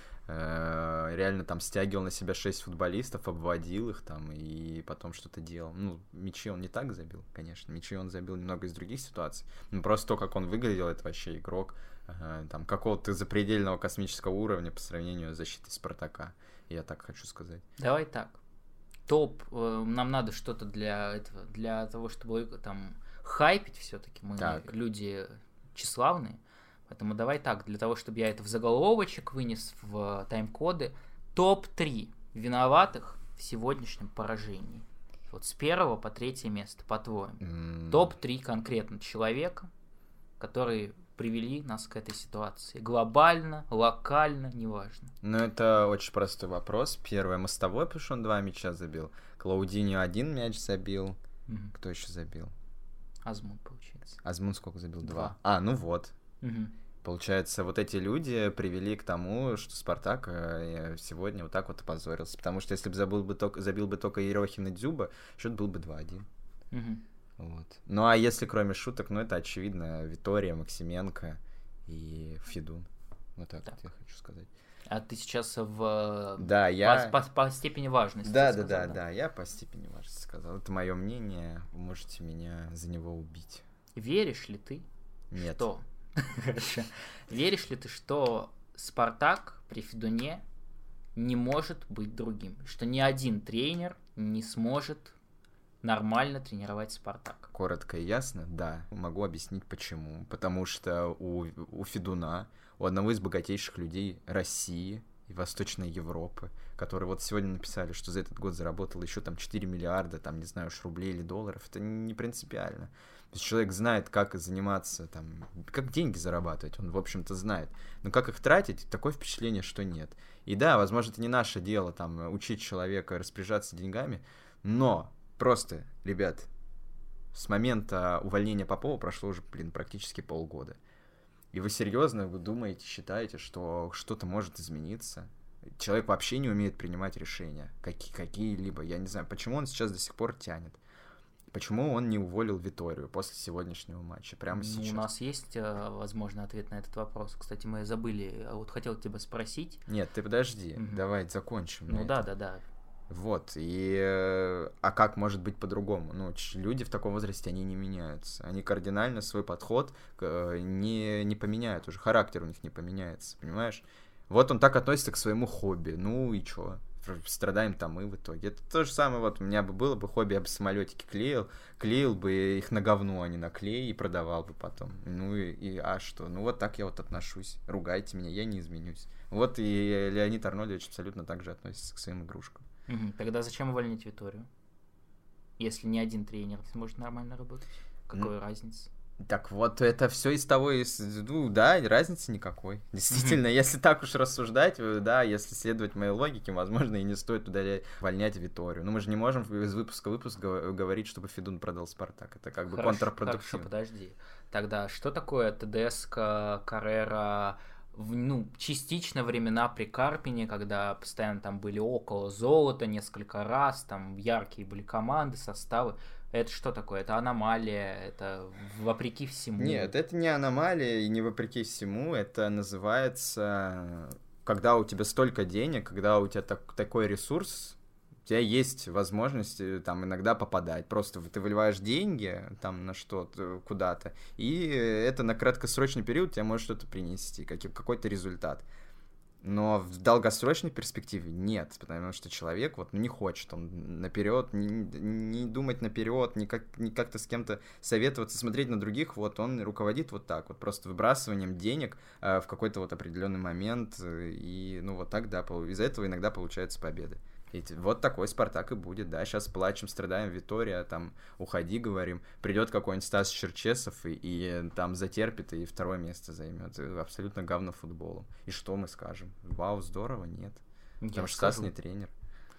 э, реально там стягивал на себя шесть футболистов, обводил их там и потом что-то делал. Ну, мячи он не так забил, конечно, мячи он забил немного из других ситуаций. Но просто то, как он выглядел, это вообще игрок э, там какого-то запредельного космического уровня по сравнению с защитой Спартака. Я так хочу сказать. Давай так. Топ, э, нам надо что-то для этого, для того, чтобы там... хайпить все-таки, мы так. люди тщеславные, поэтому давай так, для того, чтобы я это в заголовочек вынес в тайм-коды, топ три виноватых в сегодняшнем поражении. Вот с первого по третье место, по-твоему. Mm. топ три конкретно человека, которые привели нас к этой ситуации. Глобально, локально, неважно. Ну, это очень простой вопрос. Первое, Мостовой, потому что он два мяча забил. Клаудиньо один мяч забил. Mm-hmm. Кто еще забил? Азмун, получается. Азмун сколько забил? Два. Два. А, ну вот. Угу. Получается, вот эти люди привели к тому, что Спартак сегодня вот так вот опозорился. Потому что если бы забил бы только, забил бы только Ерохин и Дзюба, счет был бы два один. Угу. Вот. Ну а если кроме шуток, ну это очевидно Витория, Максименко и Федун. Вот так, так. вот я хочу сказать. А ты сейчас в... Да, я... По, по, по степени важности да, сказал, да, да, да, да, я по степени важности сказал. Это мое мнение, вы можете меня за него убить. Веришь ли ты, Нет. что... Хорошо. Веришь ли ты, что Спартак при Федуне не может быть другим? Что ни один тренер не сможет нормально тренировать Спартак? Коротко и ясно, да. Могу объяснить почему. Потому что у, у Федуна, у одного из богатейших людей России и Восточной Европы, которые вот сегодня написали, что за этот год заработал еще там четыре миллиарда, там, не знаю уж, рублей или долларов, это не принципиально. То есть человек знает, как заниматься, там, как деньги зарабатывать, он, в общем-то, знает. Но как их тратить, такое впечатление, что нет. И да, возможно, это не наше дело, там, учить человека распоряжаться деньгами, но просто, ребят, с момента увольнения Попова прошло уже, блин, практически полгода. И вы серьезно, вы думаете, считаете, что что-то может измениться? Человек вообще не умеет принимать решения, какие- какие-либо. Я не знаю, почему он сейчас до сих пор тянет. Почему он не уволил Виторию после сегодняшнего матча, прямо ну, сейчас? У нас есть, возможно, ответ на этот вопрос. Кстати, мы забыли, вот хотел тебя спросить. Нет, ты подожди, Угу. давай закончим. Ну да, да, да. Вот, и... А как может быть по-другому? Ну, люди в таком возрасте, они не меняются. Они кардинально свой подход не, не поменяют, уже характер у них не поменяется, понимаешь? Вот он так относится к своему хобби, ну и чё? Страдаем там мы в итоге. Это то же самое, вот у меня бы было бы хобби, я бы самолетики клеил, клеил бы их на говно, а не на клей, и продавал бы потом. Ну и, и а что? Ну вот так я вот отношусь. Ругайте меня, я не изменюсь. Вот и Леонид Арнольдович абсолютно так же относится к своим игрушкам. Угу. Тогда зачем увольнять Виторию? Если ни один тренер не сможет нормально работать? Какой mm. разница? Так вот, это все из того, из... ну да, разницы никакой. Действительно, mm-hmm. если так уж рассуждать, да, если следовать моей логике, возможно, и не стоит удалять, увольнять Виторию. Но мы же не можем из выпуска в выпуск говорить, чтобы Федун продал Спартак. Это как бы хорошо, контрпродуктивно. Хорошо, подожди. Тогда что такое ТДСК, Каррера, ну, частично времена при Карпине, когда постоянно там были около золота несколько раз, там яркие были команды, составы. Это что такое? Это аномалия, это вопреки всему? Нет, это не аномалия и не вопреки всему, это называется, когда у тебя столько денег, когда у тебя так, такой ресурс, у тебя есть возможность там иногда попадать. Просто ты выливаешь деньги там на что-то, куда-то, и это на краткосрочный период тебе может что-то принести, какой-то результат. Но в долгосрочной перспективе нет, потому что человек вот ну, не хочет, он наперед, не, не думать наперед, не, как, не как-то с кем-то советоваться, смотреть на других, вот он руководит вот так вот, просто выбрасыванием денег э, в какой-то вот определенный момент, и ну вот так, да, из-за этого иногда получаются победы. И вот такой Спартак и будет, да, сейчас плачем, страдаем, Витория, там, уходи, говорим, придет какой-нибудь Стас Черчесов и, и там затерпит и второе место займет, абсолютно говно футболом. И что мы скажем? Вау, здорово? Нет. Я Потому что скажу. Стас не тренер.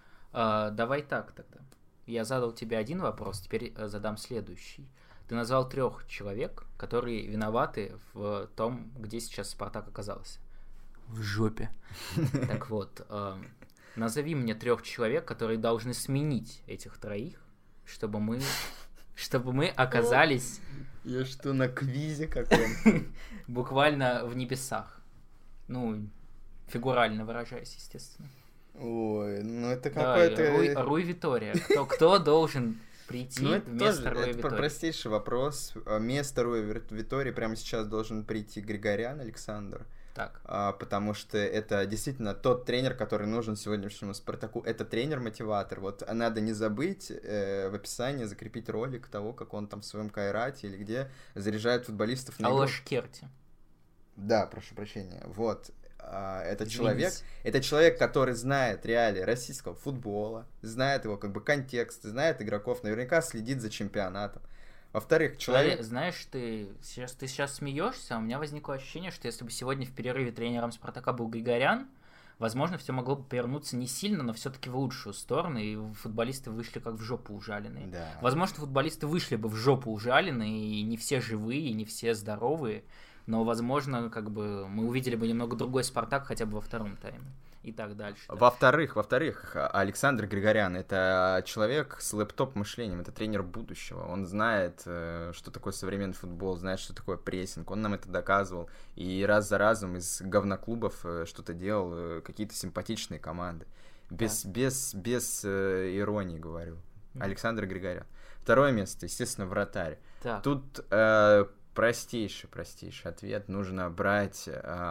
А, давай так тогда. Я задал тебе один вопрос, теперь задам следующий. Ты назвал трех человек, которые виноваты в том, где сейчас Спартак оказался. В жопе. Так вот... Назови мне трех человек, которые должны сменить этих троих, чтобы мы, чтобы мы оказались... Я что, на квизе каком-то? Буквально в небесах. Ну, фигурально выражаясь, естественно. Ой, ну это какой-то... Руй, Руй Витория. Кто, кто должен прийти ну, это вместо тоже, Руя это Витории? простейший вопрос. Вместо Руя Витории прямо сейчас должен прийти Григорян Александр. Так. А, потому что это действительно тот тренер, который нужен сегодняшнему Спартаку. Это тренер-мотиватор. Вот надо не забыть э, в описании закрепить ролик того, как он там в своем Кайрате или где заряжает футболистов на игру. Алош Керти. Да, прошу прощения. Вот. А, это человек, это человек, который знает реалии российского футбола, знает его как бы контекст, знает игроков, наверняка следит за чемпионатом. Во-вторых, человек... Знаешь, ты сейчас, ты сейчас смеешься, а у меня возникло ощущение, что если бы сегодня в перерыве тренером Спартака был Григорян, возможно, все могло бы повернуться не сильно, но все-таки в лучшую сторону, и футболисты вышли как в жопу ужаленные. Да. Возможно, футболисты вышли бы в жопу ужаленные, и не все живые, и не все здоровые, но, возможно, как бы мы увидели бы немного другой Спартак хотя бы во втором тайме. И так дальше. Во-вторых, во-вторых, Александр Григорян — это человек с лэптоп-мышлением, это тренер будущего. Он знает, что такое современный футбол, знает, что такое прессинг. Он нам это доказывал. И раз за разом из говноклубов что-то делал, какие-то симпатичные команды. Без, да. без, без э, иронии говорю. Mm-hmm. Александр Григорян. Второе место, естественно, вратарь. Так. Тут... Э, простейший, простейший ответ. Нужно брать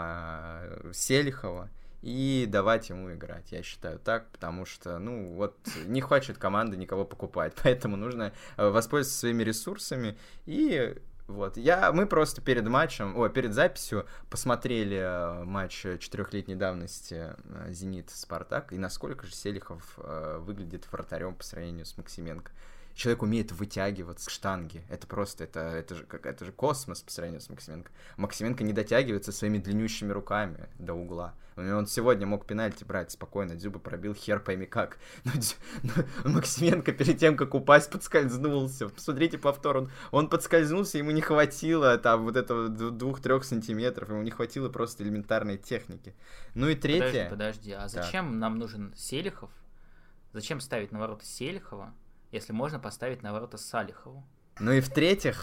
э, Селихова и давать ему играть. Я считаю так, потому что, ну, вот не хочет команда никого покупать, поэтому нужно воспользоваться своими ресурсами. И вот, я, мы просто перед матчем, о, перед записью посмотрели матч четырехлетней давности «Зенит-Спартак», и насколько же Селихов выглядит вратарем по сравнению с Максименко. Человек умеет вытягиваться к штанге. Это просто, это, это, же, это же космос по сравнению с Максименко. Максименко не дотягивается своими длиннющими руками до угла. Он сегодня мог пенальти брать спокойно, Дзюба пробил, хер пойми как. Но, но Максименко перед тем, как упасть, подскользнулся. Посмотрите повтор, он, он подскользнулся, ему не хватило там вот этого двух-трех сантиметров, ему не хватило просто элементарной техники. Ну и третье... Подожди, подожди, а зачем да. нам нужен Селихов? Зачем ставить на ворота Селихова, если можно поставить на ворота Салихову? Ну и в-третьих,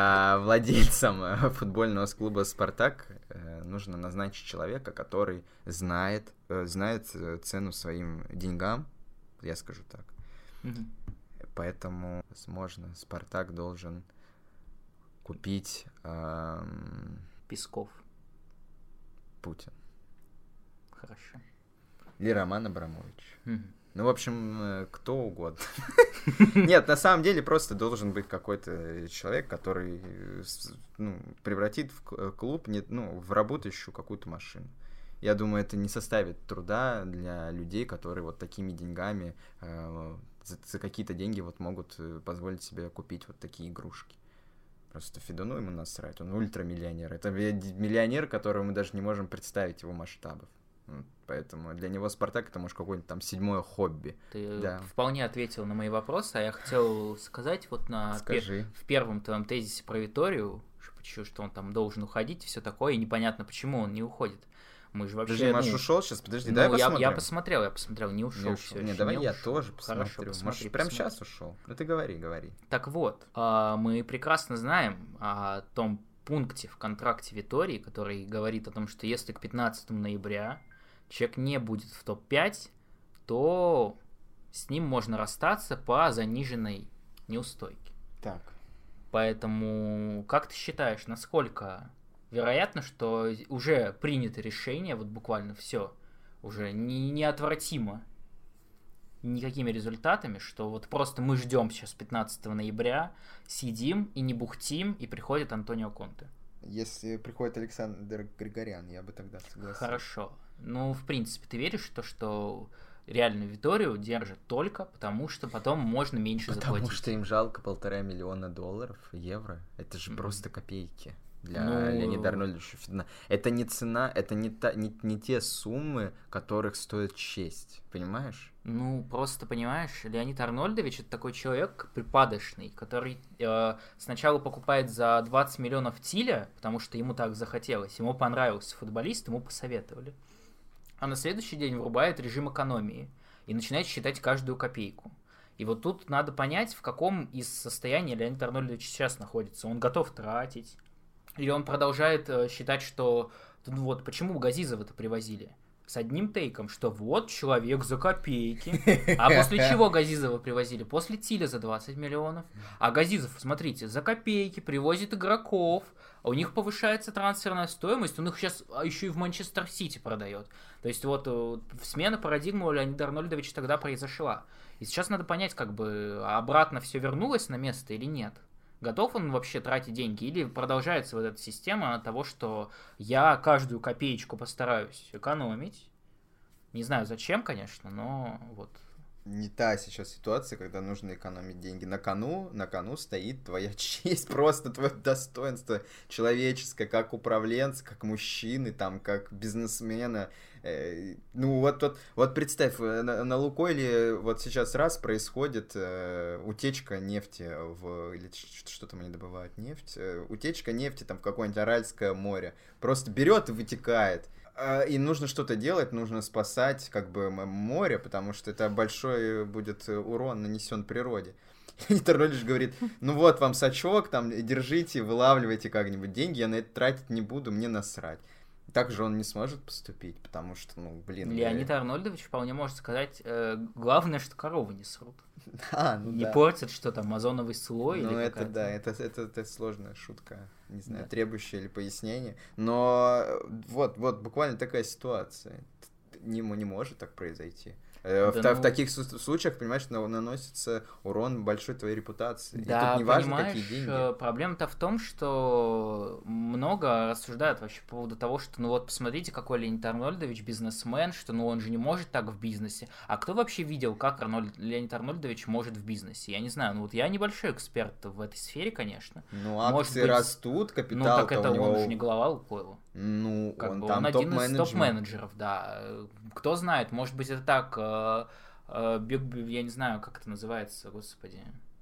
владельцам футбольного клуба «Спартак» нужно назначить человека, который знает, знает цену своим деньгам, я скажу так. Mm-hmm. Поэтому, возможно, «Спартак» должен купить... Эм... Песков. Путин. Хорошо. Или Роман Абрамович. Mm-hmm. Ну, в общем, кто угодно. Нет, на самом деле просто должен быть какой-то человек, который ну, превратит в клуб не, ну, в работающую какую-то машину. Я думаю, это не составит труда для людей, которые вот такими деньгами, э, за, за какие-то деньги вот могут позволить себе купить вот такие игрушки. Просто Федуну ему насрать, он ультрамиллионер. Это миллионер, которого мы даже не можем представить его масштабов. Поэтому для него «Спартак» это, может, какое-нибудь там седьмое хобби. Ты да. вполне ответил на мои вопросы, а я хотел сказать вот на пер... в первом твоем тезисе про Виторию, что он там должен уходить и все такое, и непонятно, почему он не уходит. Мы же вообще... Подожди, Маш ну... ушел сейчас? Подожди, ну, давай я, посмотрим. я посмотрел, я посмотрел, не ушел. Не ушел. Все Не, еще, давай не я ушел. тоже посмотрю. Хорошо, посмотри, Может, прямо посмотри. сейчас ушел? Ну ты говори, говори. Так вот, мы прекрасно знаем о том пункте в контракте Витории, который говорит о том, что если к пятнадцатому ноября человек не будет в топ пять, то с ним можно расстаться по заниженной неустойке. Так. Поэтому, как ты считаешь, насколько вероятно, что уже принято решение, вот буквально все, уже не, неотвратимо никакими результатами, что вот просто мы ждем сейчас пятнадцатого ноября, сидим и не бухтим, и приходит Антонио Конте? Если приходит Александр Григорян, я бы тогда согласился. Хорошо. Ну, в принципе, ты веришь в то, что реально Виторию держат только потому, что потом можно меньше потому заплатить? Потому что им жалко полтора миллиона долларов, евро. Это же mm-hmm. просто копейки для ну... Леонида Арнольдовича Федуна. Это не цена, это не, та, не, не те суммы, которых стоит честь, понимаешь? Ну, просто, понимаешь, Леонид Арнольдович — это такой человек припадочный, который э, сначала покупает за двадцать миллионов Тиля, потому что ему так захотелось, ему понравился футболист, ему посоветовали. А на следующий день врубает режим экономии и начинает считать каждую копейку. И вот тут надо понять, в каком из состояний Леонид Арнольдович сейчас находится. Он готов тратить, или он продолжает э, считать, что ну вот почему Газизова-то привозили? С одним тейком, что вот человек за копейки. А после чего Газизова привозили? После Тиля за двадцать миллионов. А Газизов, смотрите, за копейки привозит игроков. А у них повышается трансферная стоимость. Он их сейчас еще и в Манчестер Сити продает. То есть вот смена парадигмы у Леонида Арнольдовича тогда произошла. И сейчас надо понять, как бы обратно все вернулось на место или нет. Готов он вообще тратить деньги? Или продолжается вот эта система того, что я каждую копеечку постараюсь экономить? Не знаю зачем, конечно, но вот. Не та сейчас ситуация, когда нужно экономить деньги. На кону, на кону стоит твоя честь, просто твое достоинство человеческое, как управленца, как мужчины, там, как бизнесмена. Ну вот, вот, вот представь, на, на Лукойле вот сейчас раз происходит э, утечка нефти в... Или что там они добывают? Нефть? Э, утечка нефти там в какое-нибудь Аральское море. Просто берет и вытекает. Э, и нужно что-то делать, нужно спасать как бы море, потому что это большой будет урон нанесен природе. И Арнольдович говорит, ну вот вам сачок, там, держите, вылавливайте как-нибудь деньги, я на это тратить не буду, мне насрать. Так же он не сможет поступить, потому что, ну, блин... Леонид я... Арнольдович вполне может сказать, э, главное, что коровы не срут. А, ну не да. портят что-то, амазоновый слой ну, или это какая-то... да, это, это, это сложная шутка, не знаю, да. требующая или пояснения. Но вот, вот буквально такая ситуация. Не, не может так произойти. Да, в, ну... в таких случаях, понимаешь, наносится урон большой твоей репутации. Да, и тут не важно, понимаешь, какие деньги. Проблема-то в том, что много рассуждают вообще по поводу того, что ну вот посмотрите, какой Леонид Арнольдович бизнесмен, что ну он же не может так в бизнесе. А кто вообще видел, как Арнольд... Леонид Арнольдович может в бизнесе? Я не знаю, ну вот я небольшой эксперт в этой сфере, конечно. Ну акции быть... растут, капитал. Ну так это у него... он же не глава Лукойла. Ну, как он бы, там он один топ-менеджер. из топ-менеджеров, да. Кто знает, может быть, это так, э, э, я не знаю, как это называется, господи.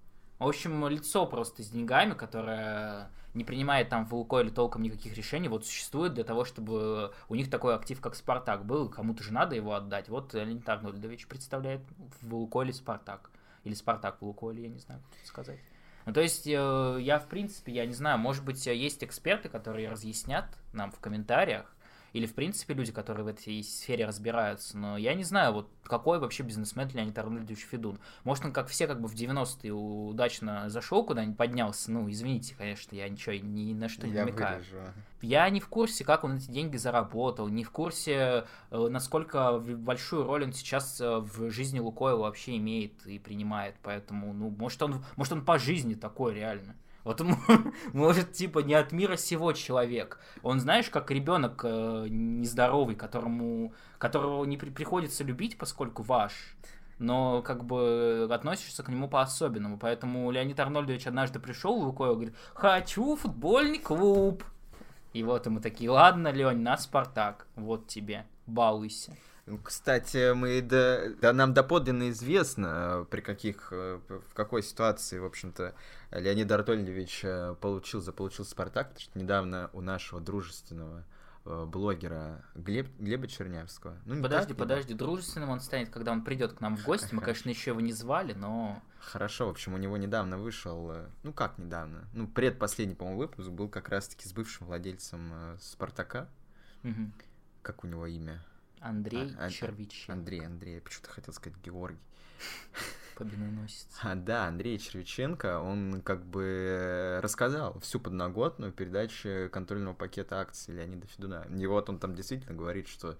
В общем, лицо просто с деньгами, которое не принимает там в Лукойле толком никаких решений, вот существует для того, чтобы у них такой актив, как Спартак, был, кому-то же надо его отдать. Вот Леонид Арнольдович представляет в Лукойле Спартак. Или Спартак в Лукойле, я не знаю, как это сказать. Ну, то есть, э, я, в принципе, я не знаю, может быть, есть эксперты, которые разъяснят нам в комментариях, или, в принципе, люди, которые в этой сфере разбираются, но я не знаю, вот какой вообще бизнесмен Леонид Арнольдович Федун. Может, он, как все, как бы в девяностые удачно зашел куда-нибудь, поднялся, ну, извините, конечно, я ничего ни на что не я намекаю. Вырежу. Я не в курсе, как он эти деньги заработал, не в курсе, насколько большую роль он сейчас в жизни Лукойла вообще имеет и принимает, поэтому, ну, может, он, может, он по жизни такой реально. Вот он может, типа, не от мира сего человек. Он, знаешь, как ребенок э, нездоровый, которому, которого не при, приходится любить, поскольку ваш. но как бы относишься к нему по-особенному. Поэтому Леонид Арнольдович однажды пришел в Лукойл и говорит: хочу футбольный клуб. И вот мы такие: ладно, Лень, на Спартак, вот тебе, балуйся. Кстати, мы да, да, нам доподлинно известно, при каких, в какой ситуации, в общем-то, Леонид Арнольдович получил, заполучил Спартак, потому что недавно у нашего дружественного блогера Глеб, Глеба Чернявского. Ну, подожди, подожди, дружественным он станет, когда он придет к нам в гости. Мы, конечно, еще его не звали, но... Хорошо, в общем, у него недавно вышел, ну как недавно, ну предпоследний, по-моему, выпуск был как раз-таки с бывшим владельцем Спартака. Угу. Как у него имя? Андрей а, Червиченко. Андрей, Андрей, я почему-то хотел сказать Георгий. Победоносец. А, да, Андрей Червиченко, он как бы рассказал всю подноготную передачи контрольного пакета акций Леонида Федуна. И вот он там действительно говорит, что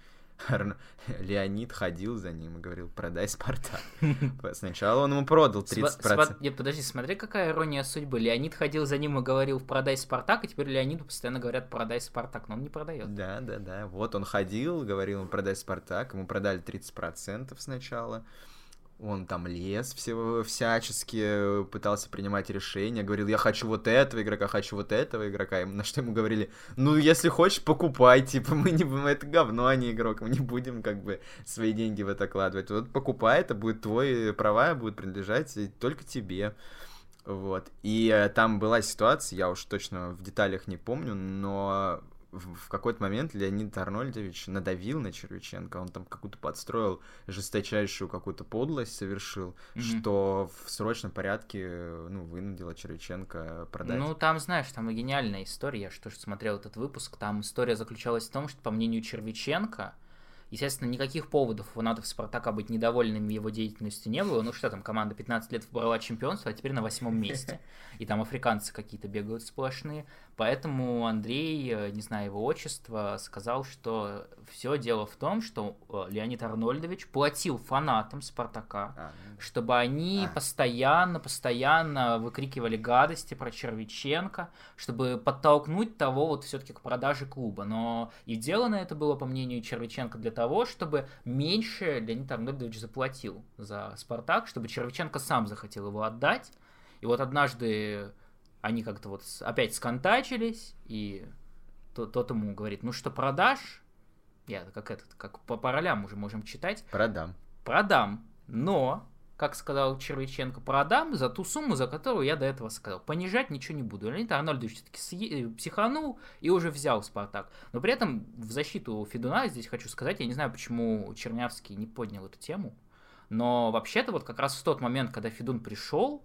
Леонид ходил за ним и говорил: продай Спартак. Сначала он ему продал тридцать процентов. Нет, подожди, смотри, какая ирония судьбы. Леонид ходил за ним и говорил: продай Спартак, и теперь Леониду постоянно говорят: продай Спартак, но он не продает. Да, да, да. Вот он ходил, говорил ему: продай Спартак, ему продали тридцать процентов сначала. Он там лез все, всячески, пытался принимать решения, говорил: я хочу вот этого игрока, хочу вот этого игрока. На что ему говорили: ну, если хочешь, покупай, типа, мы не мы это говно, а не игрок, мы не будем, как бы, свои деньги в это кладывать. Вот покупай, это будет твой, права будут принадлежать только тебе. Вот. И э, там была ситуация, я уж точно в деталях не помню, но... в какой-то момент Леонид Арнольдович надавил на Червиченко, он там какую-то подстроил жесточайшую какую-то подлость совершил, mm-hmm. что в срочном порядке, ну, вынудило Червиченко продать. Ну, там, знаешь, там и гениальная история, я что же смотрел этот выпуск, там история заключалась в том, что, по мнению Червиченко, естественно, никаких поводов у фанатов Спартака быть недовольными его деятельностью не было. Ну что там, команда пятнадцать лет брала чемпионство, а теперь на восьмом месте. И там африканцы какие-то бегают сплошные. Поэтому Андрей, не знаю его отчества, сказал, что все дело в том, что Леонид Арнольдович платил фанатам Спартака, а, чтобы они а. постоянно, постоянно выкрикивали гадости про Червиченко, чтобы подтолкнуть того вот все-таки к продаже клуба. Но и сделано это было, по мнению Червиченко, для того, чтобы меньше Леонид Арнольдович заплатил за Спартак, чтобы Червиченко сам захотел его отдать. И вот однажды они как-то вот опять сконтачились, и тот, тот ему говорит: ну что, продашь? Я как этот, как по, по ролям уже можем читать. Продам. Продам, но, как сказал Червиченко, продам за ту сумму, за которую я до этого сказал. Понижать ничего не буду. Леонид Арнольдович все-таки съе... психанул и уже взял Спартак. Но при этом в защиту Федуна здесь хочу сказать, я не знаю, почему Чернявский не поднял эту тему, но вообще-то вот как раз в тот момент, когда Федун пришел,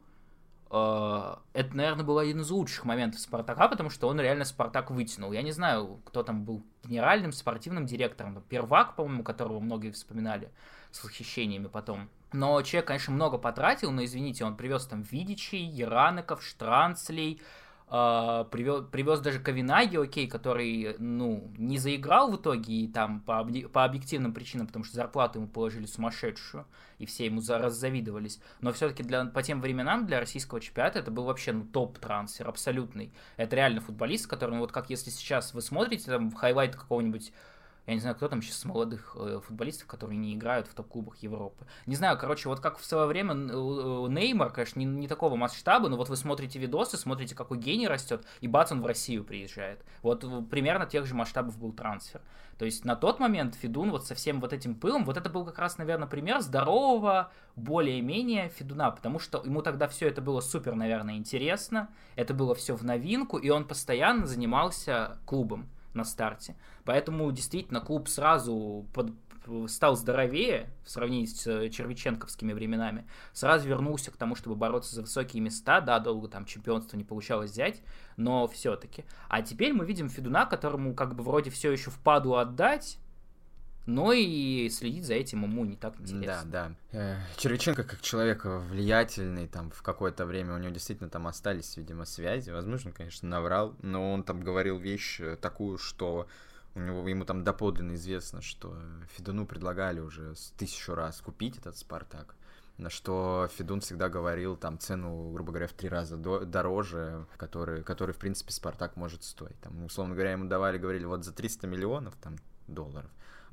это, наверное, был один из лучших моментов Спартака, потому что он реально Спартак вытянул. Я не знаю, кто там был генеральным спортивным директором. Первак, по-моему, которого многие вспоминали с восхищениями потом. Но человек, конечно, много потратил, но, извините, он привез там Видичей, Яранеков, Штранцлей, Uh, привез, привез даже Ковинаги, окей, который, ну, не заиграл в итоге и там по, объ... по объективным причинам, потому что зарплату ему положили сумасшедшую, и все ему раззавидовались. Но все-таки для, по тем временам для российского чемпионата это был вообще, ну, топ-трансфер, абсолютный. Это реально футболист, который, ну, вот как если сейчас вы смотрите там хайлайт какого-нибудь, я не знаю, кто там сейчас молодых э, футболистов, которые не играют в топ-клубах Европы. Не знаю, короче, вот как в свое время Неймар, конечно, не, не такого масштаба, но вот вы смотрите видосы, смотрите, какой гений растет, и бац, он в Россию приезжает. Вот примерно тех же масштабов был трансфер. То есть на тот момент Федун вот со всем вот этим пылом, вот это был как раз, наверное, пример здорового, более-менее Федуна, потому что ему тогда все это было супер, наверное, интересно, это было все в новинку, и он постоянно занимался клубом на старте. Поэтому действительно клуб сразу под, стал здоровее в сравнении с червиченковскими временами. Сразу вернулся к тому, чтобы бороться за высокие места. Да, долго там чемпионство не получалось взять, но все-таки. А теперь мы видим Федуна, которому как бы вроде все еще впадло отдать, но и следить за этим ему не так интересно. Да, да. Червиченко как человек влиятельный, там в какое-то время у него действительно там остались, видимо, связи. Возможно, конечно, наврал, но он там говорил вещь такую, что у него, ему там доподлинно известно, что Федуну предлагали уже тысячу раз купить этот Спартак. На что Федун всегда говорил там цену, грубо говоря, в три раза до, дороже, который, который, в принципе, Спартак может стоить. Там, условно говоря, ему давали, говорили, вот за триста миллионов там, долларов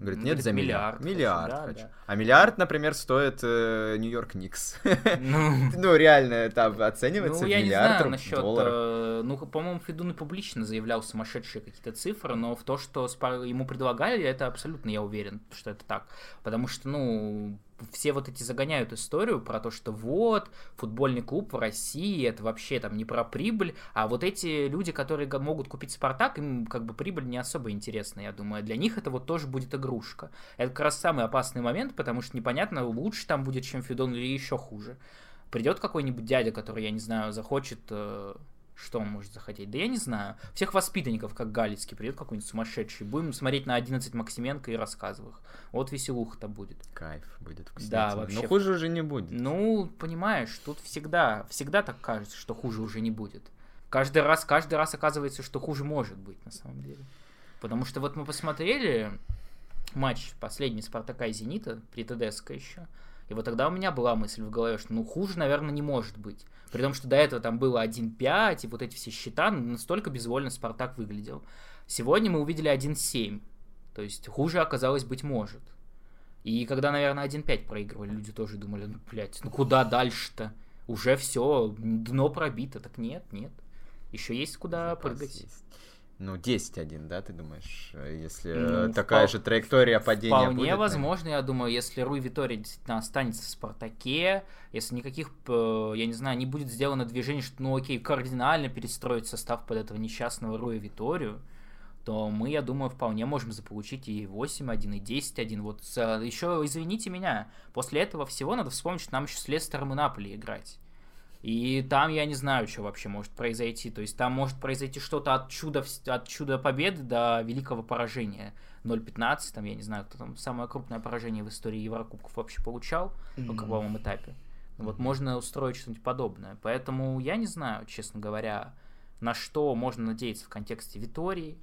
Говорит, Он нет, говорит, за миллиард. миллиард Миллиард хочу, да, хочу. да. А миллиард, например, стоит э, Нью-Йорк Никс. Ну, Ну, реально, там оценивается ну, в я не миллиард знаю руб- насчет... долларов. э, ну, по-моему, Федун и публично заявлял сумасшедшие какие-то цифры, но в то, что спа- ему предлагали, это абсолютно я уверен, что это так. Потому что, ну, все вот эти загоняют историю про то, что вот, футбольный клуб в России, это вообще там не про прибыль, а вот эти люди, которые га- могут купить Спартак, им как бы прибыль не особо интересна, я думаю. Для них это вот тоже будет игрушка. Это как раз самый опасный момент, потому что непонятно, лучше там будет, чем Федун, или еще хуже. Придет какой-нибудь дядя, который, я не знаю, захочет... э, Что он может захотеть? Да я не знаю. Всех воспитанников, как Галицкий, придет какой-нибудь сумасшедший. Будем смотреть на одиннадцать Максименко и рассказывать. Вот веселуха-то будет. Кайф будет. Да, вкуснятина. вообще. Но хуже уже не будет. Ну, понимаешь, тут всегда, всегда так кажется, что хуже уже не будет. Каждый раз, каждый раз оказывается, что хуже может быть, на самом деле. Потому что вот мы посмотрели матч последний Спартака и Зенита, при ТДСК еще. И вот тогда у меня была мысль в голове, что ну хуже, наверное, не может быть. При том, что до этого там было один пять, и вот эти все счета, настолько безвольно Спартак выглядел. Сегодня мы увидели один семь. То есть хуже оказалось быть может. И когда, наверное, один пять проигрывали, люди тоже думали, ну, блядь, ну куда дальше-то? Уже все, дно пробито. Так нет, нет. Еще есть куда Запас прыгать. есть. Ну, десять один, да, ты думаешь? Если Ну, э, такая впол- же траектория падения Вполне будет? возможно, я думаю, если Руй Витория действительно останется в Спартаке, если никаких, э, я не знаю, не будет сделано движение, что, ну окей, кардинально перестроить состав под этого несчастного Руя Виторию, то мы, я думаю, вполне можем заполучить и восемь один, и десять один. Вот с- еще, извините меня, после этого всего надо вспомнить, что нам еще с Лестером и Наполи играть. И там я не знаю, что вообще может произойти. То есть там может произойти что-то от чуда, в- от чуда победы до великого поражения. ноль пятнадцать, там, я не знаю, кто там самое крупное поражение в истории Еврокубков вообще получал на групповом этапе. Вот можно устроить что-нибудь подобное. Поэтому я не знаю, честно говоря, на что можно надеяться в контексте Витории.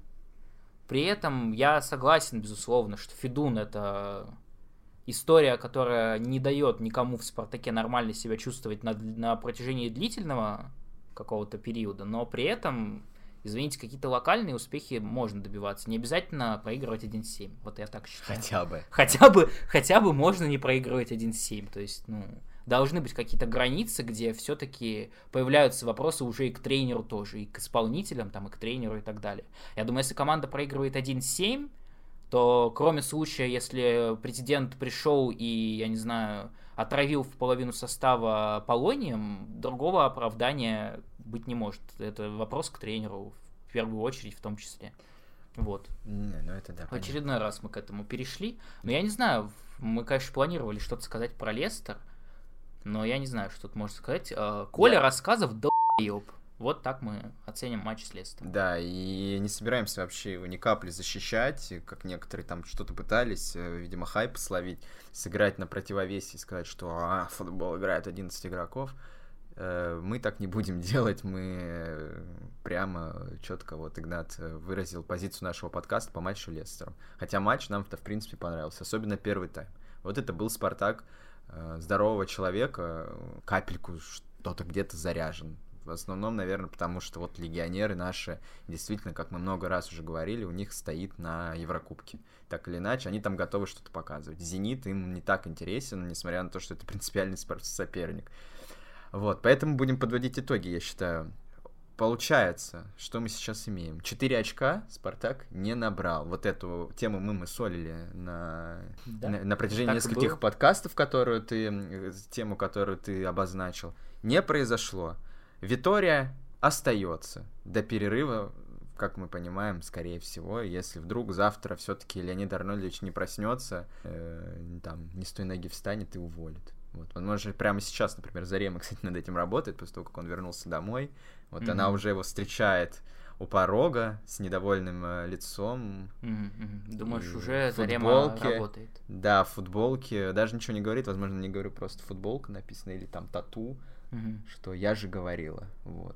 При этом я согласен, безусловно, что Федун — это история, которая не дает никому в Спартаке нормально себя чувствовать на, на протяжении длительного какого-то периода, но при этом, извините, какие-то локальные успехи можно добиваться. Не обязательно проигрывать один семь. Вот я так считаю. Хотя бы. Хотя бы, хотя бы можно не проигрывать один семь. То есть, ну, должны быть какие-то границы, где все-таки появляются вопросы уже и к тренеру тоже, и к исполнителям, там, и к тренеру и так далее. Я думаю, если команда проигрывает один семь, то кроме случая, если президент пришел и, я не знаю, отравил в половину состава полонием, другого оправдания быть не может. Это вопрос к тренеру, в первую очередь, в том числе. Вот. Не, ну это да. В очередной раз мы к этому перешли. Но я не знаю, мы, конечно, планировали что-то сказать про Лестер, но я не знаю, что тут можно сказать. Коля Я- рассказов долбоёб. Вот так мы оценим матч с Лестером. Да, и не собираемся вообще его ни капли защищать, как некоторые там что-то пытались, э, видимо, хайп словить, сыграть на противовесе и сказать, что а, футбол играет одиннадцать игроков. Э, Мы так не будем делать, мы э, прямо четко, вот Игнат э, выразил позицию нашего подкаста по матчу Лестером. Хотя матч нам-то, в принципе, понравился, особенно первый тайм. Вот это был Спартак э, здорового человека, э, капельку что-то где-то заряжен. В основном, наверное, потому что вот легионеры наши, действительно, как мы много раз уже говорили, у них стоит на Еврокубке. Так или иначе, они там готовы что-то показывать. «Зенит» им не так интересен, несмотря на то, что это принципиальный спор- соперник. Вот, поэтому будем подводить итоги, я считаю. Получается, что мы сейчас имеем? Четыре очка Спартак не набрал. Вот эту тему мы мусолили на, Да, на, на протяжении так и нескольких было. подкастов, которую ты, э, тему, которую ты обозначил. Не произошло. Витория остается до перерыва, как мы понимаем, скорее всего, если вдруг завтра все-таки Леонид Арнольдович не проснется, э, там, не с той ноги встанет и уволит. Вот. Он может прямо сейчас, например, Зарема, кстати, над этим работает, после того, как он вернулся домой. Вот Мгм. она уже его встречает у порога с недовольным э, лицом. Мгм, мгм. Думаешь, И уже в Зарема футболке. работает? Да, в футболке. Даже ничего не говорит, возможно, не говорю, просто футболка написана или там тату, Мгм. что я же говорила. Вот.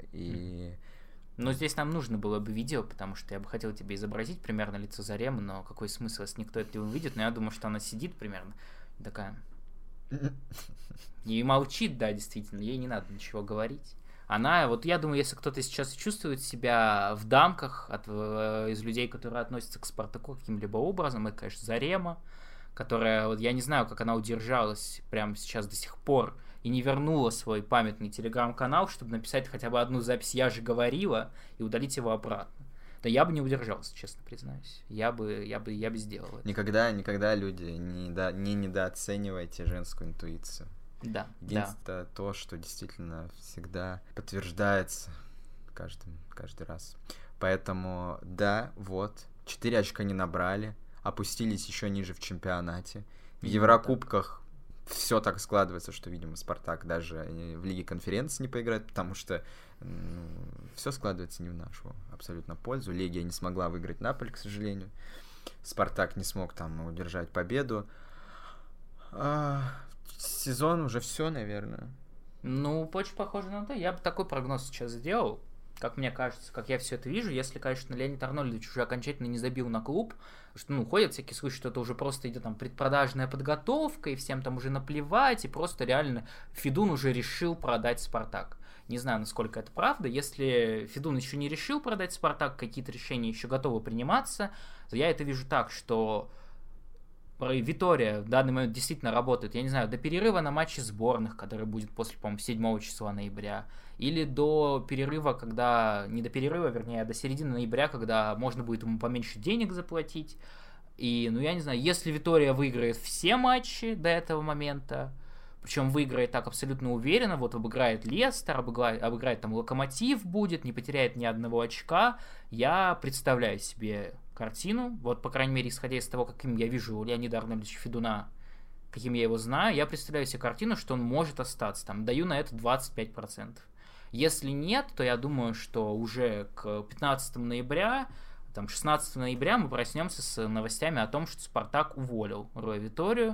И... Но здесь нам нужно было бы видео, потому что я бы хотел тебе изобразить примерно лицо Заремы, но какой смысл, если никто это не увидит? Но я думаю, что она сидит примерно такая... И молчит, да, действительно, ей не надо ничего говорить. она, вот я думаю, если кто-то сейчас чувствует себя в дамках от, из людей, которые относятся к Спартаку каким-либо образом, это, конечно, Зарема, которая, вот я не знаю, как она удержалась прямо сейчас до сих пор и не вернула свой памятный телеграм-канал, чтобы написать хотя бы одну запись «Я же говорила» и удалить его обратно. Да я бы не удержался, честно признаюсь. Я бы, я бы, я бы сделал это. Никогда, никогда, люди, не, до, не недооценивайте женскую интуицию. Да, Единственное да. то, что действительно всегда подтверждается каждый, каждый раз. Поэтому, да, вот, четыре очка не набрали, опустились еще ниже в чемпионате. В Именно Еврокубках все так складывается, что, видимо, Спартак даже в Лиге конференции не поиграет, потому что ну, все складывается не в нашу абсолютно пользу. Легия не смогла выиграть Наполь, к сожалению. Спартак не смог там удержать победу. А, сезон уже все, наверное. Ну, очень похоже на то. Я бы такой прогноз сейчас сделал, как мне кажется, как я все это вижу. Если, конечно, Леонид Арнольдович уже окончательно не забил на клуб, что, ну, ходят всякие слухи, что это уже просто идет там предпродажная подготовка, и всем там уже наплевать, и просто реально Федун уже решил продать Спартак. Не знаю, насколько это правда. Если Федун еще не решил продать Спартак, какие-то решения еще готовы приниматься, то я это вижу так, что Витория в данный момент действительно работает, я не знаю, до перерыва на матче сборных, который будет после, по-моему, седьмого числа ноября, или до перерыва, когда, не до перерыва, вернее, а до середины ноября, когда можно будет ему поменьше денег заплатить. И, ну, я не знаю, если Витория выиграет все матчи до этого момента, причем выиграет так абсолютно уверенно, вот обыграет Лестер, обыграет, обыграет там Локомотив будет, не потеряет ни одного очка, я представляю себе картину, вот, по крайней мере, исходя из того, каким я вижу Леонида Арнольдовича Федуна, каким я его знаю, я представляю себе картину, что он может остаться, там, даю на это двадцать пять процентов. Если нет, то я думаю, что уже к пятнадцатому ноября, там, шестнадцатого ноября мы проснемся с новостями о том, что Спартак уволил Руя Виторию,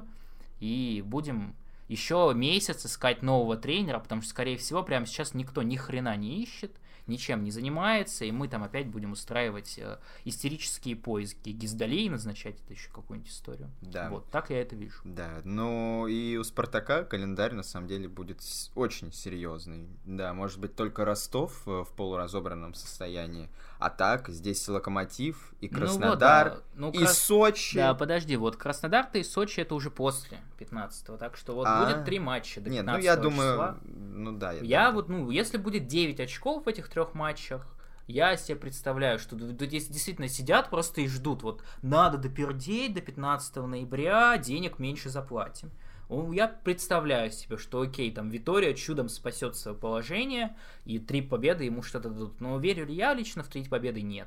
и будем еще месяц искать нового тренера, потому что, скорее всего, прямо сейчас никто ни хрена не ищет, ничем не занимается, и мы там опять будем устраивать э, истерические поиски Гиздалей, назначать это еще какую-нибудь историю. Да. Вот, так я это вижу. Да, ну и у Спартака календарь на самом деле будет очень серьезный. Да, может быть только Ростов в полуразобранном состоянии, а так здесь Локомотив и Краснодар, ну, вот, да. ну, и Крас... Сочи. Да, подожди, вот Краснодар-то и Сочи это уже после пятнадцатого, так что вот а... будет три матча до Нет, пятнадцатого ну я думаю, числа. ну да. Я, я думаю. вот, ну, если будет девять очков в этих трех матчах, я себе представляю, что здесь действительно сидят просто и ждут, вот, надо допердеть до пятнадцатого ноября, денег меньше заплатим. Я представляю себе, что окей, там Витория чудом спасет свое положение, и три победы ему что-то дадут. Но верю ли я лично в три победы? Нет.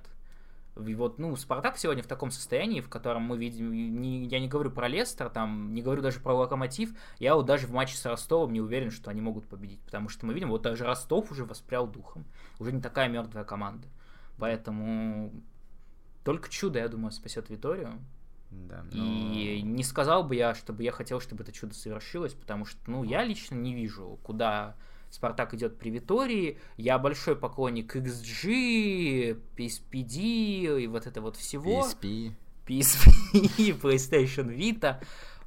И вот, ну, Спартак сегодня в таком состоянии, в котором мы видим, не, я не говорю про Лестер, там, не говорю даже про Локомотив, я вот даже в матче с Ростовом не уверен, что они могут победить, потому что мы видим, вот даже Ростов уже воспрял духом, уже не такая мертвая команда, поэтому только чудо, я думаю, спасет Виторию. Да, но... И не сказал бы я, чтобы я хотел, чтобы это чудо совершилось, потому что, ну, я лично не вижу, куда Спартак идет при Витории. Я большой поклонник икс джи, пи эс пи ди и вот это вот всего. пи эс пи. пи эс пи, PlayStation Vita,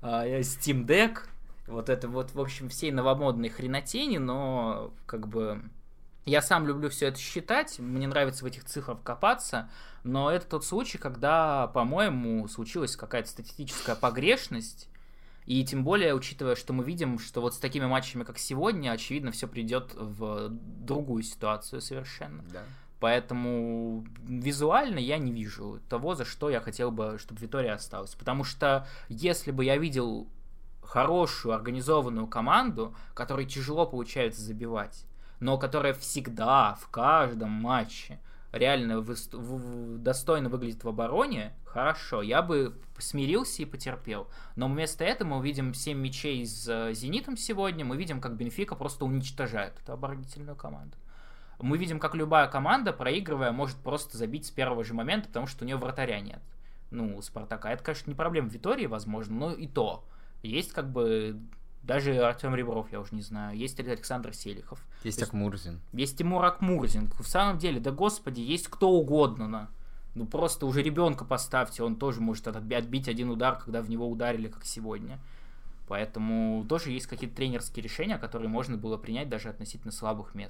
Steam Deck. Вот это вот, в общем, всей новомодной хренотени, но как бы... Я сам люблю все это считать, мне нравится в этих цифрах копаться, но это тот случай, когда, по-моему, случилась какая-то статистическая погрешность, и тем более, учитывая, что мы видим, что вот с такими матчами, как сегодня, очевидно, все придет в другую ситуацию совершенно. Да. Поэтому визуально я не вижу того, за что я хотел бы, чтобы Витория осталась. Потому что если бы я видел хорошую, организованную команду, которой тяжело получается забивать, но которая всегда, в каждом матче реально вы... достойно выглядит в обороне, хорошо, я бы смирился и потерпел. Но вместо этого мы увидим семь мячей с «Зенитом» сегодня, мы видим, как Бенфика просто уничтожает эту оборонительную команду. Мы видим, как любая команда, проигрывая, может просто забить с первого же момента, потому что у нее вратаря нет. Ну, у Спартака. Это, конечно, не проблема Витории, возможно, но и то. Есть как бы... Даже Артем Ребров, я уже не знаю. Есть Александр Селихов. Есть Акмурзин. Есть Тимур Акмурзин. В самом деле, да господи, есть кто угодно. На. Ну просто уже ребенка поставьте, он тоже может отбить один удар, когда в него ударили, как сегодня. Поэтому тоже есть какие-то тренерские решения, которые можно было принять даже относительно слабых мест.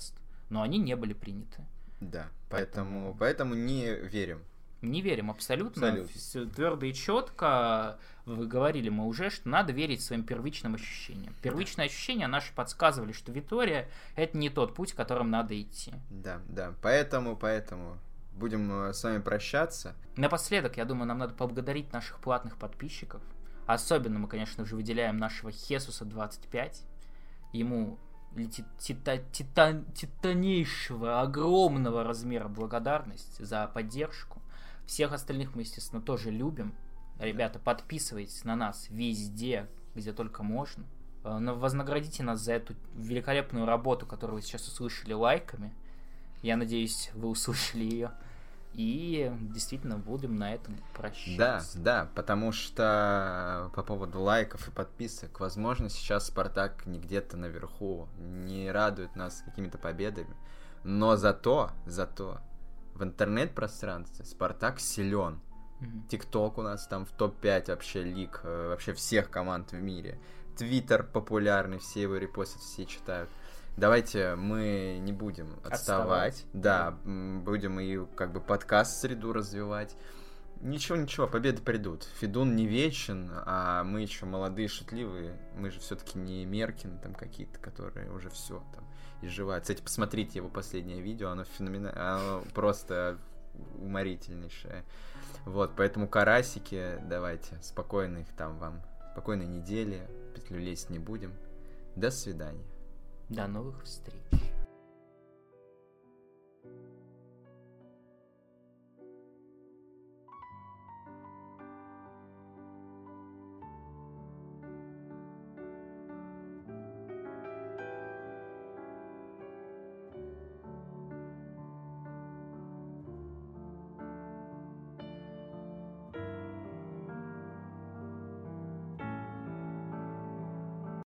но они не были приняты. Да, поэтому, поэтому не верим. Не верим абсолютно. абсолютно. Твердо и четко вы говорили мы уже, что надо верить своим первичным ощущениям. Первичные ощущения наши подсказывали, что Витория — это не тот путь, которым надо идти. Да, да, поэтому, поэтому будем с вами прощаться. Напоследок, я думаю, нам надо поблагодарить наших платных подписчиков. Особенно мы, конечно же, выделяем нашего Хесуса двадцать пять. Ему летит тита, тита, титанейшего, огромного размера благодарность за поддержку. Всех остальных мы, естественно, тоже любим. Ребята, подписывайтесь на нас везде, где только можно. Вознаградите нас за эту великолепную работу, которую вы сейчас услышали лайками. Я надеюсь, вы услышали ее. И действительно будем на этом прощаться. Да, да, потому что по поводу лайков и подписок, возможно, сейчас Спартак не где-то наверху, не радует нас какими-то победами, но зато, зато в интернет-пространстве Спартак силен. ТикТок у нас там в топ пять вообще лиг, вообще всех команд в мире. Твиттер популярный, все его репостят, все читают. Давайте мы не будем отставать. отставать. Да, будем и как бы подкаст-среду развивать. Ничего, ничего, победы придут. Федун не вечен, а мы еще молодые, шутливые. Мы же все-таки не Меркин там какие-то, которые уже все там изживают. Кстати, посмотрите его последнее видео, оно феноменальное, оно просто уморительнейшее. Вот, поэтому карасики, давайте, спокойных там вам, спокойной недели, в петлю лезть не будем. До свидания. До новых встреч.